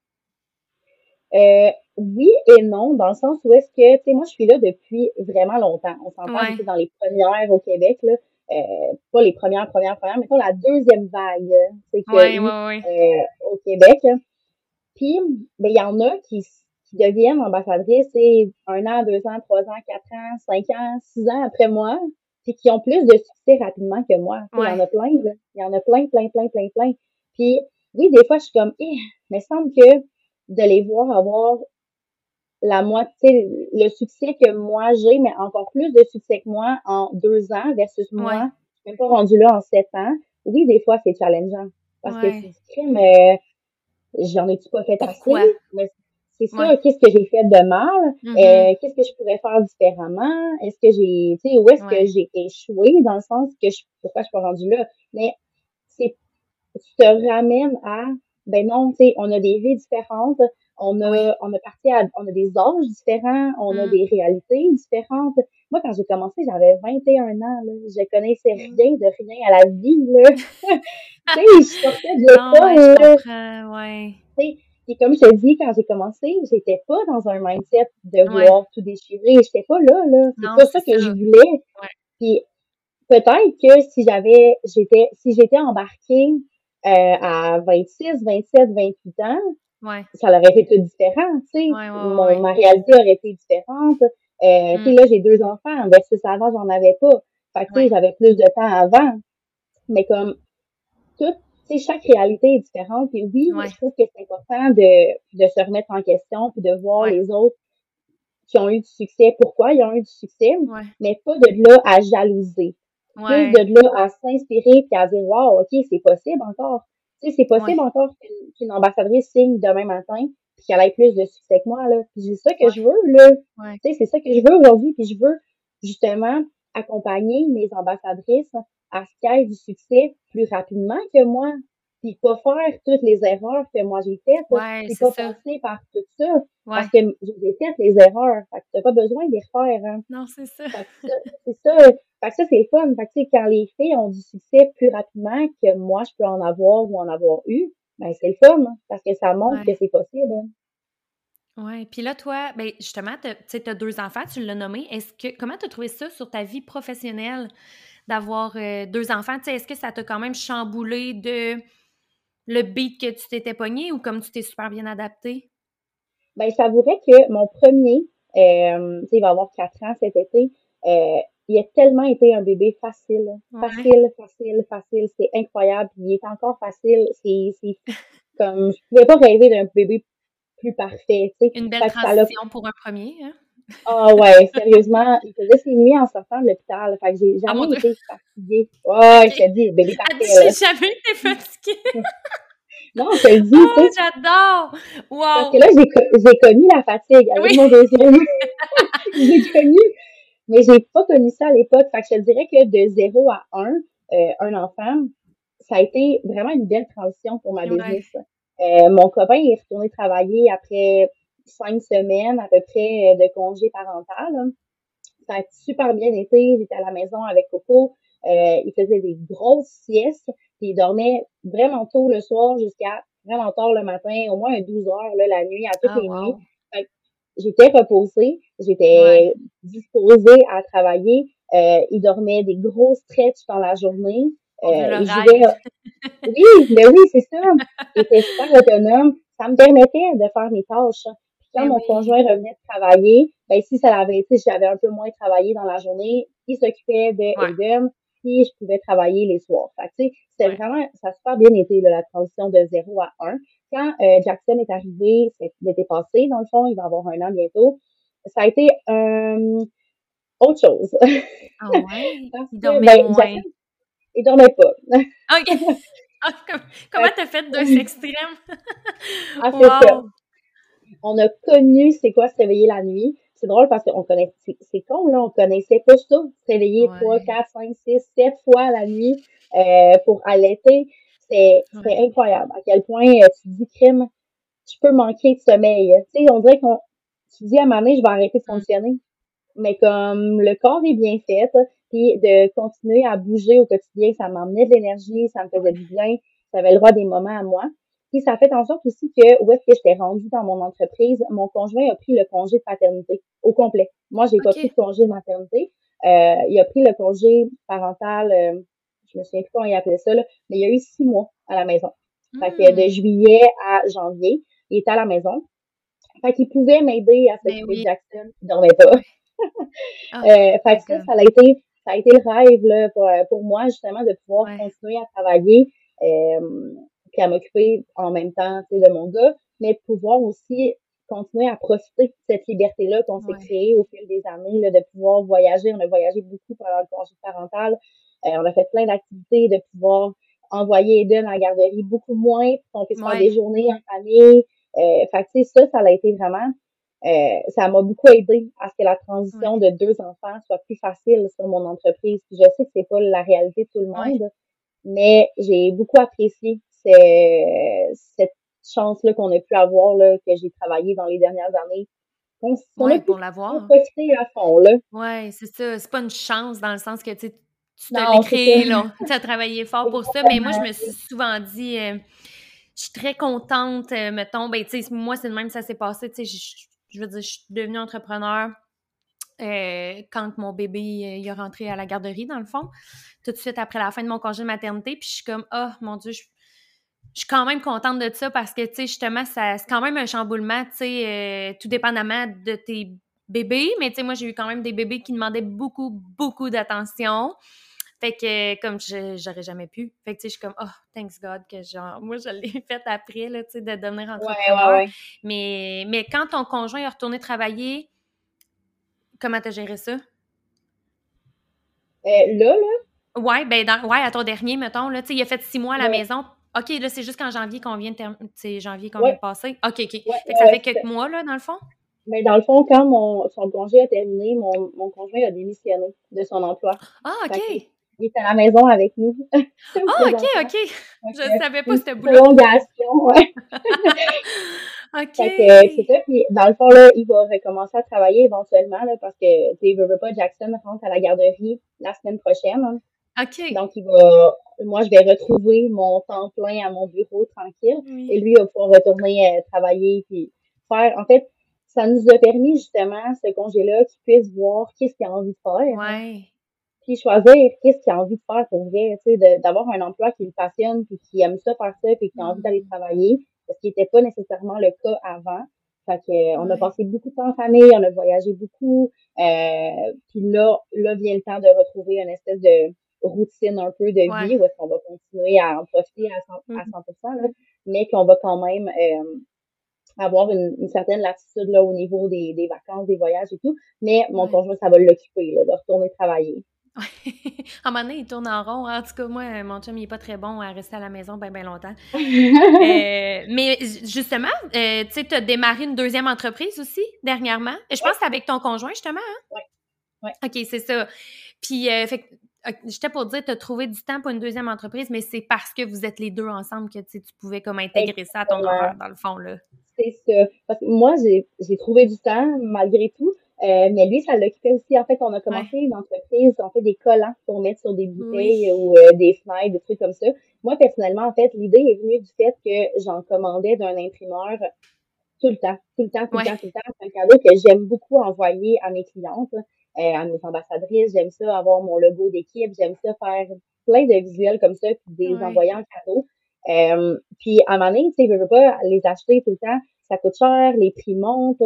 Oui et non, dans le sens où est-ce que, tu sais, moi, je suis là depuis vraiment longtemps. On s'entend, Ouais. j'étais dans les premières au Québec, là. Pas les premières, mettons la deuxième vague, c'est qu'il y a Ouais, eu ouais, ouais. au Québec. Puis, ben, il y en a qui deviennent ambassadrices, c'est 1 an, 2 ans, 3 ans, 4 ans, 5 ans, 6 ans après moi, puis qui ont plus de succès rapidement que moi. Tu sais, il y en Ouais. a plein, là. Il y en a plein, plein, plein, plein, plein. Puis, oui, des fois, je suis comme, mais il semble que de les voir avoir la moitié, le succès que moi j'ai, mais encore plus de succès que moi en 2 ans versus Ouais. moi, je suis même pas rendue là en 7 ans. Oui, des fois, c'est challengeant. Parce que c'est Ouais. du crime, j'en ai-tu pas fait assez? Pourquoi? Mais c'est Ouais. ça, qu'est-ce que j'ai fait de mal? Mmh. Qu'est-ce que je pourrais faire différemment? Est-ce que j'ai, tu sais, où est-ce que Ouais. j'ai échoué dans le sens que pourquoi je suis pas rendue là? Mais c'est, tu te ramènes à, ben non, tu sais, on a des vies différentes, Oui. on a des âges différents, on a Mmh. des réalités différentes. Moi, quand j'ai commencé, j'avais 21 ans, là. Je connaissais Mmh. rien de rien à la vie, là. Tu sais, je sortais de Non, ouais, je l'école, là. comprends, ouais. Tu sais, puis comme je te dis, quand j'ai commencé, j'étais pas dans un mindset de Ouais. vouloir tout déchirer. J'étais pas là, là. C'est Non, pas c'est ça que je ça. voulais. Ouais. Puis peut-être que si j'étais embarquée à 26, 27, 28 ans, Ouais. ça aurait été tout différent, tu sais. Ouais, ouais, ouais, ouais. Ma réalité aurait été différente. Tu sais, Mmh. là, j'ai 2 enfants, versus avant, j'en avais pas. Fait que, tu sais, Ouais. j'avais plus de temps avant. Mais comme tout, tu sais, chaque réalité est différente. Puis oui, Ouais. je trouve que c'est important de se remettre en question puis de voir Ouais. les autres qui ont eu du succès, pourquoi ils ont eu du succès, Ouais. mais pas de là à jalouser. Plus Ouais. de là à s'inspirer puis à dire, wow, OK, c'est possible encore. Tu sais, c'est Ouais. possible encore qu'une ambassadrice signe demain matin puis qu'elle ait plus de succès que moi, là. Puis c'est ça que Ouais. je veux, là. Ouais. Tu sais, c'est ça que je veux aujourd'hui puis je veux justement accompagner mes ambassadrices à ce qu'elles aient du succès plus rapidement que moi puis pas faire toutes les erreurs que moi j'ai faites Ouais, puis c'est pas ça. passer par tout ça parce Ouais. que j'ai fait les erreurs. Fait que t'as pas besoin de les refaire, hein. Non, c'est ça. Fait que ça, c'est ça. Fait que ça, c'est le fun. Fait que, tu sais, quand les filles ont du succès plus rapidement que moi, je peux en avoir ou en avoir eu, ben, c'est le fun, hein, parce que ça montre que Ouais. c'est possible, hein. Ouais. Puis là, toi, ben, justement, tu sais, tu as 2 enfants, tu l'as nommé. Comment tu as trouvé ça sur ta vie professionnelle d'avoir, 2 enfants? Tu sais, est-ce que ça t'a quand même chamboulé de le beat que tu t'étais pogné ou comme tu t'es super bien adaptée? Ben, je t'avouerais que mon premier, tu sais, il va avoir 4 ans cet été, euh, il a tellement été un bébé facile, Ouais. facile, facile, facile, c'est incroyable, puis il est encore facile, c'est fou. comme, je pouvais pas rêver d'un bébé plus parfait, tu sais. Une belle Fait que ça l'a transition pour un premier, hein? ah ouais, sérieusement, il faisait ses nuits en sortant de l'hôpital. Fait que j'ai Oh mon jamais Dieu! été fatiguée. Ouais, OK. je te dis, bébé Elle dit: parfait, «J'ai là. jamais été fatiguée». Non, je te le dis, tu Oh, sais, j'adore! parce que Wow! là, j'ai connu la fatigue avec Oui. mon deuxième. J'ai connu, mais j'ai pas connu ça à l'époque. Fait que je te dirais que de 0 à 1, un enfant, ça a été vraiment une belle transition pour ma Ouais. business. Mon copain est retourné travailler après 5 semaines à peu près de congé parental, là. Ça a super bien été. J'étais à la maison avec Coco. Il faisait des grosses siestes. Puis il dormait vraiment tôt le soir jusqu'à vraiment tard le matin, au moins 12 heures là, la nuit, à toutes Ah les nuits. wow! Fait que j'étais reposée, Ouais. j'étais disposée à travailler. Il dormait des gros stretches dans la journée. Mon Dieu, le Il jouait. rêve! Oui, mais oui, c'est ça. Il était super autonome. Ça me permettait de faire mes tâches. Puis quand Mais mon oui. conjoint revenait de travailler, ben si ça l'avait été, j'avais un peu moins travaillé dans la journée, il s'occupait de Ouais, Aiden, puis je pouvais travailler les soirs. Fait que, tu sais, c'était ouais. vraiment, ça a super bien été, là, la transition de 0 à 1. Quand Jackson est arrivé, c'est l'été passé, dans le fond, il va avoir 1 an bientôt, ça a été autre chose. Ah ouais? Parce Il que, dormait ben, moins. Jackson, il dormait pas. OK. Ah, comment Fait tu fait deux que, extrêmes? ah, c'est ça. Wow! On a connu c'est quoi se réveiller la nuit. C'est drôle parce qu'on connaît, c'est con, là, on connaissait pas ça, se réveiller 3, Ouais, 4, 5, 6, 7 fois la nuit pour allaiter. C'est ouais. incroyable à quel point tu te dis, crime, tu peux manquer de sommeil. Tu sais, on dirait qu'on, tu te dis à un moment donné, je vais arrêter de Mmh. fonctionner. Mais comme le corps est bien fait, puis de continuer à bouger au quotidien, ça m'emmenait de l'énergie, ça me faisait du bien, ça avait le droit des moments à moi. Puis ça fait en sorte aussi que où est-ce que j'étais rendue dans mon entreprise, mon conjoint a pris le congé de paternité au complet. Moi, j'ai pas pris OK. de congé de maternité. Il a pris le congé parental, je me souviens plus comment il appelait ça, là, mais il y a eu 6 mois à la maison. Fait que de Mmh. juillet à janvier, il était à la maison. Fait qu'il pouvait m'aider à Ben s'occuper de oui. Jackson, qui dormait pas. Ouais. Oh Fait my que God. ça a été le rêve là, pour moi, justement, de pouvoir Ouais, continuer à travailler puis à m'occuper en même temps tu sais, de mon gars, mais de pouvoir aussi continuer à profiter de cette liberté-là qu'on s'est ouais, créée au fil des années, là, de pouvoir voyager. On a voyagé beaucoup pendant le congé parental. On a fait plein d'activités, de pouvoir envoyer Eden à la garderie beaucoup moins pour qu'on puisse faire ouais, des journées en famille. Fait que, tu sais, ça a été vraiment ça m'a beaucoup aidé à ce que la ouais, transition de 2 enfants soit plus facile sur mon entreprise. Puis je sais que c'est pas la réalité de tout le ouais. monde, mais j'ai beaucoup apprécié cette chance-là qu'on a pu avoir, là, que j'ai travaillé dans les dernières années, qu'on a Ouais, pu pour en l'avoir. profiter à fond, là. Ouais, c'est ça. C'est pas une chance dans le sens que, tu te l'es Non, c'est ça. créé, là. Tu as travaillé fort pour ça, mais moi, je Exactement. me suis souvent dit, je suis très contente, mettons, ben, tu sais, moi, c'est de même que ça s'est passé, tu sais, je veux dire, je suis devenue entrepreneur, quand mon bébé, il est rentré à la garderie, dans le fond, tout de suite après la fin de mon congé de maternité, puis je suis comme: «Ah, mon Dieu, je suis quand même contente de ça parce que, tu sais, justement, ça c'est quand même un chamboulement, tu sais, tout dépendamment de tes bébés, mais tu sais, moi, j'ai eu quand même des bébés qui demandaient beaucoup, beaucoup d'attention. Fait que comme j'aurais jamais pu. Fait que tu sais, je suis comme: «Oh, thanks God que genre moi je l'ai fait après là, tu sais, de devenir Ouais, ouais, entrepreneur». ouais. Mais quand ton conjoint est retourné travailler, comment tu as géré ça? Là, Ouais, ben ouais, à ton dernier, mettons, là, tu sais, il a fait 6 mois à la ben, maison. OK, là, c'est juste qu'en janvier qu'on vient de c'est janvier qu'on vient de ouais, passer? OK, OK. ouais, Fait que ouais, ça ouais, fait c'est quelques ça. mois, là, dans le fond? Mais dans le fond, quand son congé a terminé, mon conjoint a démissionné de son emploi. Ah, Fait qu'il OK! il est à la maison avec nous Ah, OK, présentement. OK! Fait Je que savais pas une ce petite bout-là. prolongation, ouais. Fait que c'est OK! ça. Puis dans le fond, là, il va recommencer à travailler éventuellement, là, parce que tu sais, veut pas, Jackson rentre à la garderie la semaine prochaine, hein. OK. Donc moi, je vais retrouver mon temps plein à mon bureau tranquille. Et Oui. lui, il va pouvoir retourner travailler puis faire. En fait, ça nous a permis justement, ce congé-là, qu'il puisse voir qu'est-ce qu'il a envie de faire, hein, Ouais. puis choisir qu'est-ce qu'il a envie de faire pour vrai, tu sais, d'avoir un emploi qui le passionne, puis qui aime ça faire ça, puis qui a envie d'aller Mmh. travailler, ce qui n'était pas nécessairement le cas avant. Fait que, on a Ouais. passé beaucoup de temps en famille, on a voyagé beaucoup, puis là vient le temps de retrouver une espèce de routine un peu de vie Ouais. où est-ce qu'on va continuer à en profiter à 100, à Mmh. 100%, là. mais qu'on va quand même avoir une certaine latitude là, au niveau des vacances, des voyages et tout. Mais mon Ouais. conjoint, ça va l'occuper là, de retourner travailler. À un moment donné, il tourne en rond. En tout cas, moi, mon chum, il est pas très bon à rester à la maison bien longtemps. Mais justement, tu sais, tu as démarré une deuxième entreprise aussi dernièrement. Je pense que c'est avec ton conjoint, justement. Hein? Ouais, ouais. OK, c'est ça. Puis, fait que, j'étais pour dire, tu as trouvé du temps pour une deuxième entreprise, mais c'est parce que vous êtes les deux ensemble que tu pouvais comme intégrer ça à ton Exactement. horaire, dans le fond, là. C'est ça. Parce que moi, j'ai trouvé du temps malgré tout. Mais lui, ça l'occupait aussi. En fait, on a Ouais. commencé une entreprise, on fait des collants pour mettre sur des Oui. bouteilles ou des fenêtres, des trucs comme ça. Moi, personnellement, en fait, l'idée est venue du fait que j'en commandais d'un imprimeur tout le temps, tout le temps, tout le Ouais. temps, tout le temps. C'est un cadeau que j'aime beaucoup envoyer à mes clientes, à mes ambassadrices. J'aime ça avoir mon logo d'équipe. J'aime ça faire plein de visuels comme ça, puis des Ouais. envoyer en cadeau. Puis à un moment donné, tu sais, je veux pas les acheter tout le temps. Ça coûte cher, les prix montent.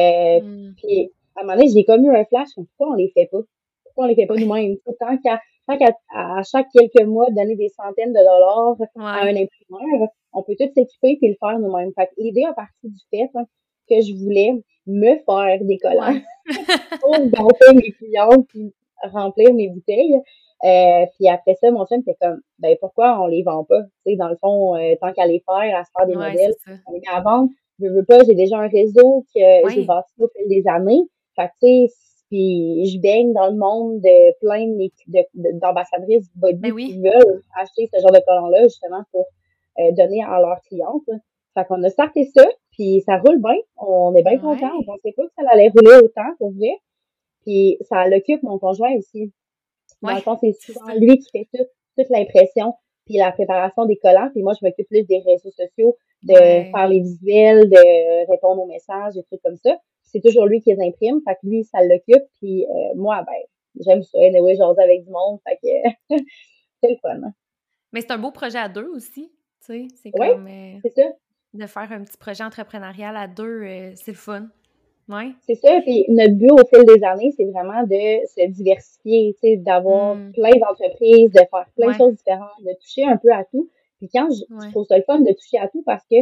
Mm. Puis à un moment donné, j'ai comme eu un flash, pourquoi on les fait pas? Pourquoi on les fait pas Ouais. nous-mêmes? Tant qu'à à chaque quelques mois donner des centaines de dollars à un Ouais. imprimeur, on peut tout s'équiper et le faire nous-mêmes. Fait que l'idée a parti du fait que je voulais me faire des collants Ouais. pour gâter mes clients puis remplir mes bouteilles. Puis après ça, mon chum était comme, ben pourquoi on les vend pas? Tu sais, dans le fond, tant qu'à les faire, à se faire des Ouais, c'est modèles, ça. on les met à vendre. Je veux pas, j'ai déjà un réseau que j'ai Ouais. bâti au fil des années. Fait que, tu sais, puis je baigne dans le monde de plein d'ambassadrices Ben body oui. qui veulent acheter ce genre de collants-là, justement, pour donner à leurs clientes. Fait qu'on a starté ça, puis ça roule bien. On est bien contents. On Ouais. pensait pas que ça allait rouler autant, pour vrai. Puis ça l'occupe mon conjoint aussi. Dans Ouais. le fond, c'est C'est souvent ça. lui qui fait toute l'impression puis la préparation des collants. Puis moi, je m'occupe plus des réseaux sociaux, de Ouais. faire les visuels, de répondre aux messages, des trucs comme ça. C'est toujours lui qui les imprime. Fait que lui, ça l'occupe. Puis moi, ben, j'aime ça. Anyway, jaser avec du monde. Fait que c'est le fun. Hein. Mais c'est un beau projet à deux aussi. Tu sais, c'est Oui, comme c'est ça. de faire un petit projet entrepreneurial à deux, c'est le fun. Ouais. C'est ça, puis notre but au fil des années, c'est vraiment de se diversifier, tu sais, d'avoir Mm. plein d'entreprises, de faire plein de Ouais. choses différentes, de toucher un peu à tout. Puis je Ouais. trouve ça le fun de toucher à tout parce que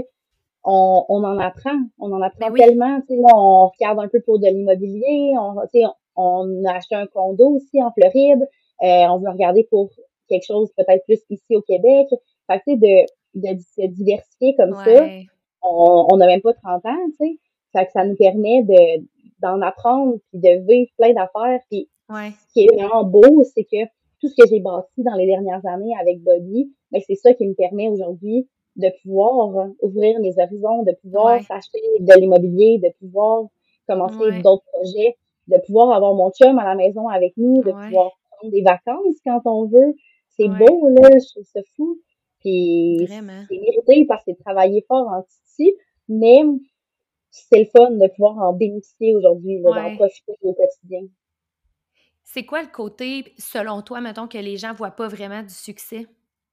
on en Ben apprend oui. tellement, tu sais, là, on regarde un peu pour de l'immobilier, tu sais, on a acheté un condo aussi en Floride, on veut regarder pour quelque chose peut-être plus ici au Québec. Fait que, tu sais, de se diversifier comme ça, Ouais. on n'a même pas 30 ans, tu sais. Fait que ça nous permet d'en apprendre puis de vivre plein d'affaires. Puis Ouais. ce qui est vraiment beau, c'est que tout ce que j'ai bâti dans les dernières années avec Body, ben c'est ça qui me permet aujourd'hui de pouvoir ouvrir mes horizons, de pouvoir Ouais. s'acheter de l'immobilier, de pouvoir commencer Ouais. d'autres projets, de pouvoir avoir mon chum à la maison avec nous, de Ouais. pouvoir prendre des vacances quand on veut. C'est Ouais. beau, là, je trouve ça fou. Puis Vraiment. c'est mérité parce que c'est travailler fort en Titi, mais c'est le fun de pouvoir en bénéficier aujourd'hui, là, d'en Ouais. profiter au quotidien. C'est quoi le côté, selon toi, mettons, que les gens voient pas vraiment du succès?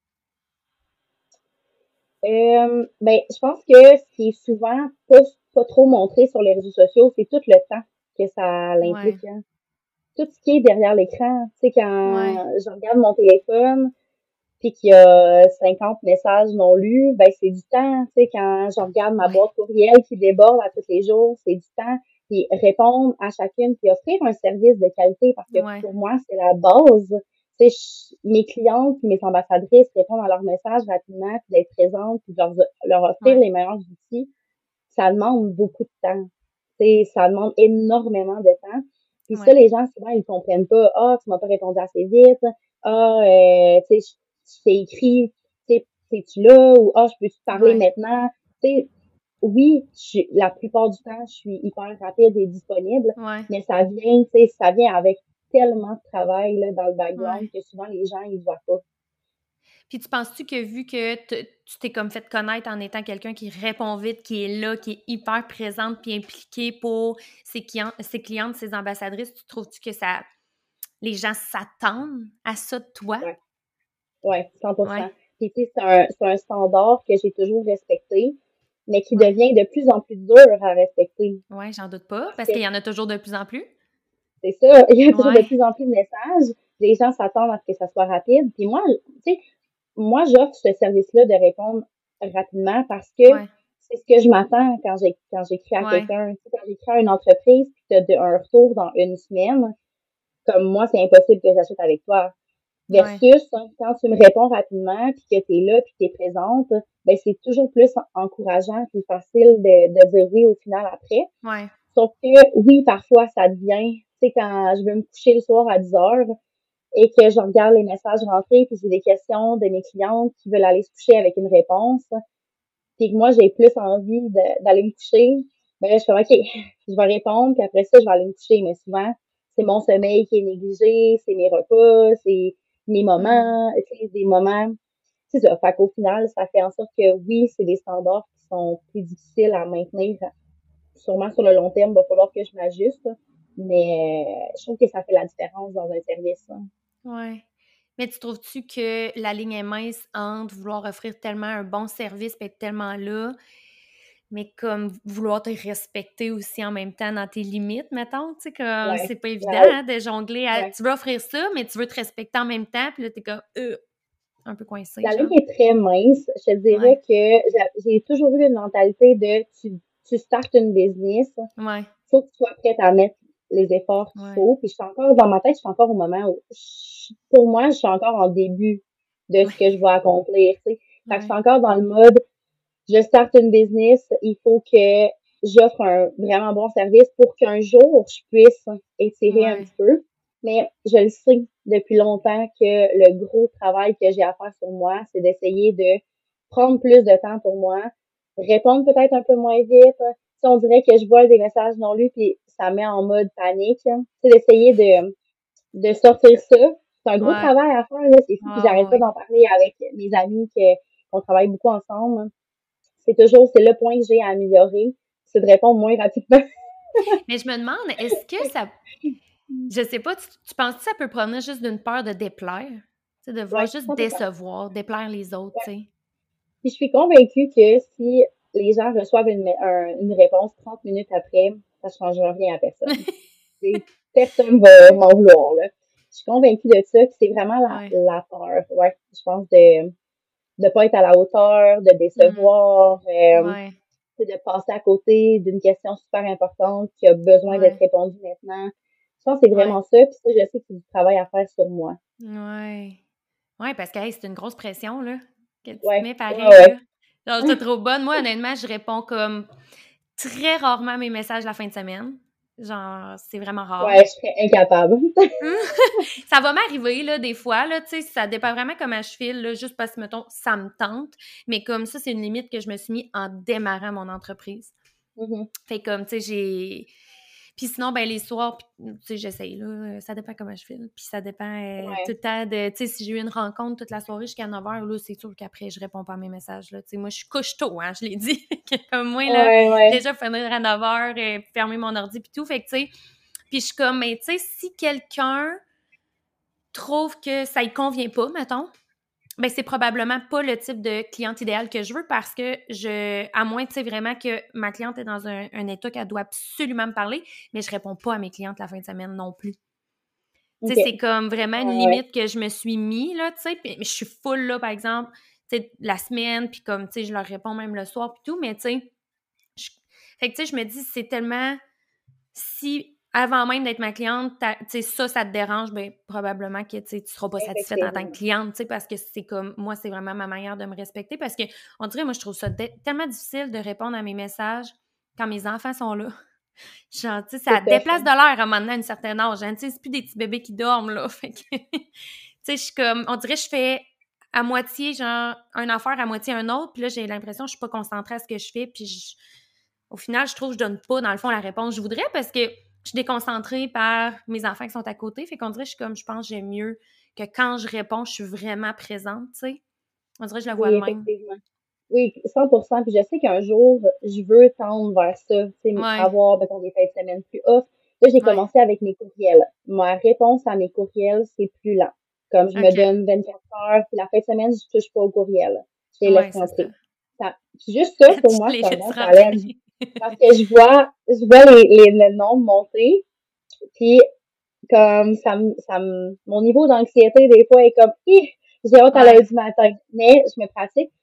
Ben, je pense que ce qui est souvent pas trop montré sur les réseaux sociaux, c'est tout le temps que ça Ouais. l'implique. Hein. Tout ce qui est derrière l'écran. Tu sais, Ouais. quand je regarde mon téléphone, puis qu'il y a 50 messages non lus, ben c'est du temps. Tu sais, quand je regarde ma Ouais. boîte courriel qui déborde à tous les jours, c'est du temps. Puis répondre à chacune, puis offrir un service de qualité, parce que Ouais. pour moi, c'est la base. Tu sais, mes clientes puis mes ambassadrices répondent à leurs messages rapidement, puis d'être présentes, puis de leur offrir Ouais. les meilleurs outils, ça demande beaucoup de temps. Tu sais, ça demande énormément de temps. Puis ça, Ouais. les gens, souvent, ils comprennent pas. Ah, tu m'as pas répondu assez vite. Ah, tu sais, je t'ai écrit, tu sais, es-tu là? Ou ah, je peux te parler Ouais. maintenant? Tu sais, oui, la plupart du temps, je suis hyper rapide et disponible, Ouais. mais ça vient, tu sais, ça vient avec tellement de travail là, dans le background Ouais. que souvent les gens ils voient pas. Puis tu penses-tu que vu que tu t'es comme fait connaître en étant quelqu'un qui répond vite, qui est là, qui est hyper présente puis impliquée pour ses clientes, ses ambassadrices, tu trouves-tu que ça les gens s'attendent à ça de toi? Ouais, ouais, 100%. Ouais. Puis tu sais, c'est un standard que j'ai toujours respecté, mais qui Ouais. devient de plus en plus dur à respecter. Ouais, j'en doute pas, Parce parce que qu'il y en a toujours de plus en plus. c'est ça, il y a toujours de Ouais. plus en plus de messages. Les gens s'attendent à ce que ça soit rapide. Puis moi, tu sais, moi, j'offre ce service-là de répondre rapidement parce que Ouais. c'est ce que je m'attends quand j'écris à Ouais. quelqu'un. Tu sais, quand j'écris à une entreprise puis tu as un retour dans une semaine, comme moi, c'est impossible que j'achète avec toi. Ouais. Versus, quand tu me réponds rapidement puis que tu es là puis que tu es présente, ben c'est toujours plus encourageant puis facile de dire oui au final après. Ouais. Sauf que oui, parfois ça devient, tu sais, quand je veux me coucher le soir à 10 heures et que je regarde les messages rentrés puis j'ai des questions de mes clientes qui veulent aller se coucher avec une réponse, puis que moi j'ai plus envie d'aller me coucher, ben là, je fais OK, je vais répondre, puis après ça, je vais aller me coucher. Mais souvent, c'est mon sommeil qui est négligé, c'est mes repas, c'est mes Hmm. moments, tu sais, des moments. C'est ça. Fait qu'au final, ça fait en sorte que oui, c'est des standards qui sont plus difficiles à maintenir. Sûrement sur le long terme, il va falloir que je m'ajuste. Mais je trouve que ça fait la différence dans un service, hein. Ouais. Mais tu trouves-tu que la ligne est mince entre vouloir offrir tellement un bon service et être tellement là, mais comme vouloir te respecter aussi en même temps dans tes limites, mettons, tu sais, comme Ouais. c'est pas évident Ouais. hein, de jongler à... Ouais. Tu veux offrir ça, mais tu veux te respecter en même temps, puis là, t'es comme un peu coincé, La ligne genre. est très mince. Je te Ouais, dirais que j'ai toujours eu une mentalité de tu startes une business, ouais, faut que tu sois prête à mettre les efforts qu'il ouais, faut. Puis je suis encore dans ma tête, je suis encore au moment où pour moi, je suis encore en début de ce ouais, que je vais accomplir. Tu sais. Fait que je suis ouais, encore dans le mode je starte une business, il faut que j'offre un vraiment bon service pour qu'un jour je puisse étirer un ouais, petit peu. Mais je le sais depuis longtemps que le gros travail que j'ai à faire sur moi, c'est d'essayer de prendre plus de temps pour moi, répondre peut-être un peu moins vite. Si on dirait que je vois des messages non lus puis ça met en mode panique, c'est d'essayer de sortir ça. C'est un gros ouais, travail à faire, là, c'est fou, puis ouais, j'arrête pas ouais. d'en parler avec mes amis qu'on travaille beaucoup ensemble. C'est le point que j'ai à améliorer, c'est de répondre moins rapidement. Mais je me demande, est-ce que ça... Je sais pas, tu penses que ça peut provenir juste d'une peur de déplaire? Tu sais, de vouloir Ouais, juste 100%. décevoir, déplaire les autres, Ouais. tu sais. Puis je suis convaincue que si les gens reçoivent une réponse 30 minutes après, ça ne changera rien à personne. Personne va m'en vouloir, là. Je suis convaincue de ça, puis c'est vraiment Ouais. la peur, ouais, je pense, de pas être à la hauteur, de Mmh. décevoir, Ouais. c'est de passer à côté d'une question super importante qui a besoin d'être Ouais. répondue maintenant. Je pense que c'est Ouais. vraiment ça, puis ça, je sais que c'est du travail à faire sur moi. Ouais. Ouais, parce que, hey, c'est une grosse pression, là, que tu te Ouais, mets ouais, pareil, ouais. là. Genre, j'étais trop bonne. Moi, honnêtement, je réponds comme très rarement à mes messages la fin de semaine. Genre, c'est vraiment rare. Ouais, je serais incapable. Ça va m'arriver, là, des fois, là, tu sais, ça dépend vraiment comment je file, là, juste parce que, mettons, ça me tente. Mais comme ça, c'est une limite que je me suis mis en démarrant mon entreprise. Mhm. Fait comme, tu sais, j'ai... Puis sinon, ben les soirs, tu sais, j'essaye, là, ça dépend comment je file. Puis ça dépend tout Ouais, le temps de... Tu sais, si j'ai eu une rencontre toute la soirée jusqu'à 9h, là, c'est sûr qu'après, je réponds pas à mes messages, là. Tu sais, moi, je couche tôt, hein, je l'ai dit. Comme moi, là, ouais, ouais. déjà, finir à 9h, fermer mon ordi, puis tout. Fait que, tu sais... Puis je suis comme, mais tu sais, si quelqu'un trouve que ça y convient pas, mettons, ben c'est probablement pas le type de cliente idéal que je veux parce que à moins, tu sais, vraiment que ma cliente est dans un état qu'elle doit absolument me parler, mais je réponds pas à mes clientes la fin de semaine non plus. Tu OK. sais, c'est comme vraiment une Ouais, ouais. limite que je me suis mis, là, tu sais, puis je suis full, là, par exemple, tu sais, la semaine, puis comme, tu sais, je leur réponds même le soir, puis tout, mais tu sais, je... fait que, tu sais, je me dis, c'est tellement... Si, avant même d'être ma cliente, tu sais, ça te dérange, ben probablement que, tu sais, tu seras pas satisfaite en tant que Effectivement. cliente, tu sais, parce que c'est comme... Moi, c'est vraiment ma manière de me respecter parce que, on dirait, moi, je trouve ça tellement difficile de répondre à mes messages quand mes enfants sont là. Genre, tu sais, ça C'est tough, déplace hein? de l'air à un moment donné à un certain âge, hein, tu sais, c'est plus des petits bébés qui dorment, là, fait que, tu sais, je suis comme... On dirait, je fais à moitié, genre, une affaire, à moitié un autre, puis là, j'ai l'impression que je suis pas concentrée à ce que je fais, puis au final, je trouve que je donne pas, dans le fond, la réponse que je voudrais parce que je suis déconcentrée par mes enfants qui sont à côté. Fait qu'on dirait, je pense que j'aime mieux que quand je réponds, je suis vraiment présente, tu sais. On dirait que je la vois Oui, de même. effectivement. Oui, 100%. Puis je sais qu'un jour, je veux tendre vers ça, tu sais, Ouais, avoir, mettons, des fins de semaine plus off. Là, j'ai ouais, commencé avec mes courriels. Ma réponse à mes courriels, c'est plus lent. Comme je me OK. donne 24 heures, puis la fin de semaine, je touche pas aux courriels. Je les laisse Ouais, c'est ça. rentrer. Puis juste ça, pour Tu moi, les c'est un laisses bon rentrer. challenge. Parce que je vois le nombre monter, puis comme mon niveau d'anxiété, des fois, est comme, hi, j'ai hâte à Ouais, l'heure du matin. Mais je me pratique.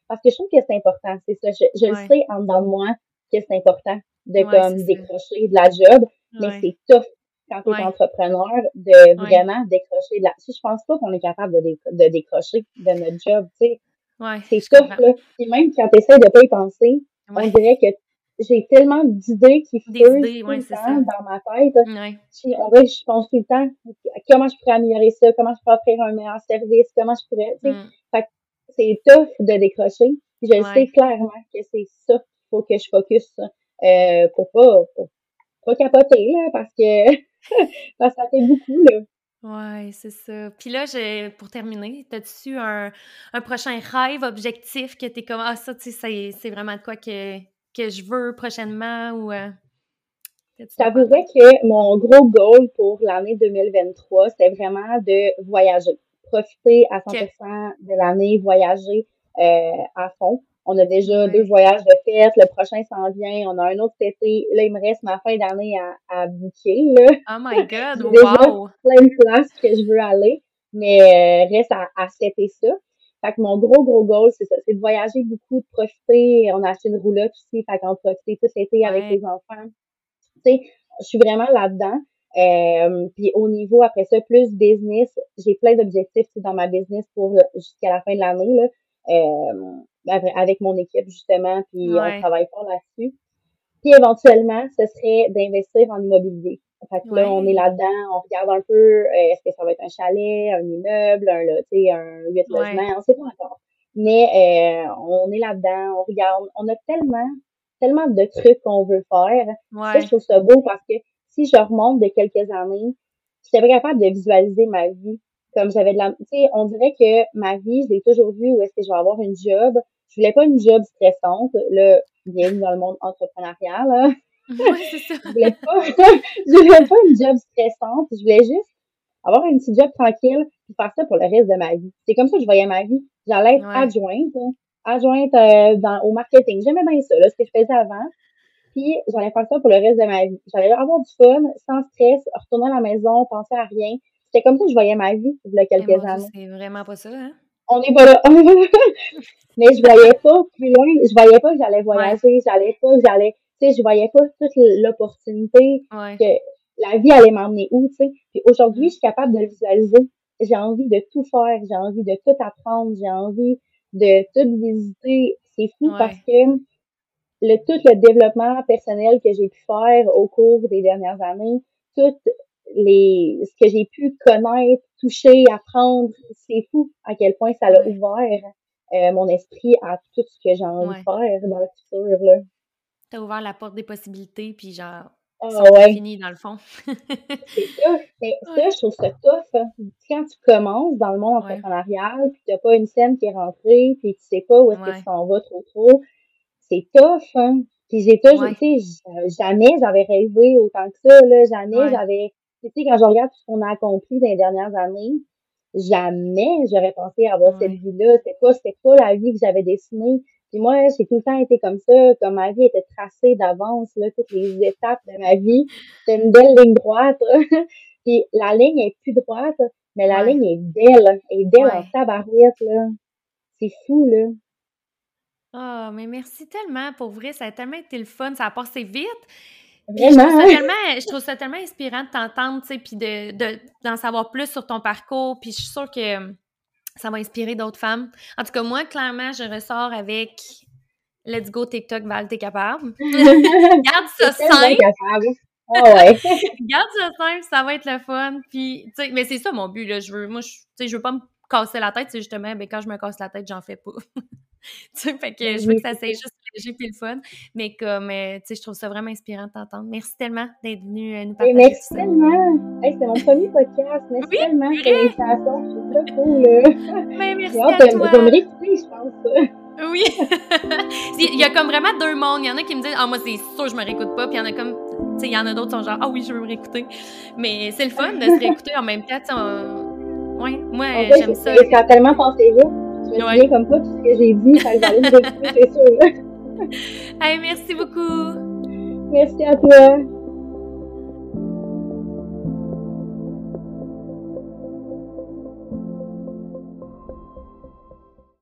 parce que je trouve que c'est important, c'est ça. Je le sais en dedans de moi que c'est important de comme décrocher de la job, mais c'est tough quand tu es entrepreneur de vraiment décrocher de la... Si je pense pas qu'on est capable de décrocher de notre job, tu sais. C'est tough, là. Puis même quand tu essaies de pas y penser, on dirait que j'ai tellement d'idées qui fusent tout le temps dans ma tête. Puis on dirait que je pense tout le temps comment je pourrais améliorer ça, comment je pourrais offrir un meilleur service, comment je pourrais, tu sais. Fait que c'est tough de décrocher. Puis je sais clairement que c'est ça qu'il faut que je focus pour pas capoter, là, parce que ça fait beaucoup, là. Ouais, c'est ça. Puis là, pour terminer, t'as-tu un prochain rêve, objectif que t'es comme, ça, tu sais, c'est vraiment de quoi que je veux prochainement ou... J'avouerais que mon gros goal pour l'année 2023, c'était vraiment de voyager. Profiter à 100% de l'année, voyager à fond. On a déjà 2 voyages de fête, le prochain s'en vient, on a un autre cet été. Là, il me reste ma fin d'année à booker, là. Oh my God, j'ai déjà plein de places que je veux aller, mais reste à setter ça. Fait que mon gros goal, c'est ça, c'est de voyager beaucoup, de profiter. On a acheté une roulotte aussi, fait qu'on profite tout l'été avec les enfants. Tu sais, je suis vraiment là-dedans. Puis au niveau, après ça, plus business, j'ai plein d'objectifs dans ma business pour jusqu'à la fin de l'année, là, avec mon équipe, justement, puis on travaille fort là-dessus. Puis éventuellement, ce serait d'investir en immobilier. Fait que là, on est là-dedans, on regarde un peu, est-ce que ça va être un chalet, un immeuble, un 8 logements, on sait pas encore. Mais on est là-dedans, on regarde, on a tellement de trucs qu'on veut faire. Ça, je trouve ça beau parce que si je remonte de quelques années, j'étais pas capable de visualiser ma vie. Comme j'avais tu sais, on dirait que ma vie, je l'ai toujours vue où est-ce que je vais avoir une job. Je voulais pas une job stressante. Là, bienvenue dans le monde entrepreneurial, là. C'est ça. je voulais pas une job stressante. Je voulais juste avoir une petite job tranquille puis faire ça pour le reste de ma vie. C'est comme ça que je voyais ma vie. J'allais être adjointe au marketing. J'aimais bien ça, là, ce que je faisais avant. Puis j'allais faire ça pour le reste de ma vie. J'allais avoir du fun, sans stress, retourner à la maison, penser à rien. C'était comme ça que je voyais ma vie il y a quelques années. C'est vraiment pas ça, hein? On n'est pas là. Mais je voyais pas plus loin. Je voyais pas que j'allais voyager. Tu sais, je voyais pas toute l'opportunité que la vie allait m'emmener où, tu sais. Puis aujourd'hui, je suis capable de le visualiser. J'ai envie de tout faire. J'ai envie de tout apprendre. J'ai envie de tout visiter. C'est fou parce que tout le développement personnel que j'ai pu faire au cours des dernières années, ce que j'ai pu connaître, toucher, apprendre, c'est fou à quel point ça l'a ouvert mon esprit à tout ce que j'ai envie de faire dans le futur, là. T'as ouvert la porte des possibilités, puis genre, c'est fini dans le fond. C'est ça. Mais ça, je trouve ça tough. Quand tu commences dans le monde entrepreneurial, puis t'as pas une scène qui est rentrée, puis tu sais pas où est-ce que tu t'en vas trop, c'est tough, hein. Puis j'ai toujours, tu sais, jamais j'avais rêvé autant que ça, là. Jamais j'avais, tu sais, quand je regarde tout ce qu'on a accompli dans les dernières années, jamais j'aurais pensé avoir cette vie-là. C'était pas la vie que j'avais dessinée. Puis moi, j'ai tout le temps été comme ça, comme ma vie était tracée d'avance, là, toutes les étapes de ma vie. C'était une belle ligne droite. Puis la ligne est plus droite, mais la ligne est belle. Elle est belle en tabarouette, là. C'est fou, là. Ah, mais merci tellement, pour vrai, ça a tellement été le fun, ça a passé vite. Vraiment. Je trouve ça tellement inspirant de t'entendre, tu sais, puis d'en savoir plus sur ton parcours, puis je suis sûre que ça va inspirer d'autres femmes. En tout cas, moi, clairement, je ressors avec Let's go TikTok, Val, t'es capable. Garde ça simple. Garde ça simple, ça va être le fun. Puis, tu sais, mais c'est ça mon but, là. Je veux pas me casser la tête, c'est justement, quand je me casse la tête, j'en fais pas. Tu sais, fait que je veux que ça soit juste léger puis le fun. Mais comme, tu sais, je trouve ça vraiment inspirant de t'entendre. Merci tellement d'être venu nous partager merci tout ça. Tellement! Hey, c'était mon premier podcast. Merci tellement pour l'invitation. Je trouve ça cool, là. Mais merci à toi. Je vais me réécouter, je pense. Oui! Il y a comme vraiment 2 mondes. Il y en a qui me disent « Ah, moi, c'est sûr, je me réécoute pas. » Puis il y en a comme, tu sais, il y en a d'autres qui sont genre « Ah oui, je veux me réécouter. » Mais c'est le fun de se réécouter en même temps. Ouais, moi, j'aime ça. Ça a tellement passé vite. Je me souviens comme pas tout ce que j'ai dit, ça va aller me réécouter, c'est sûr. Hey, merci beaucoup. Merci à toi.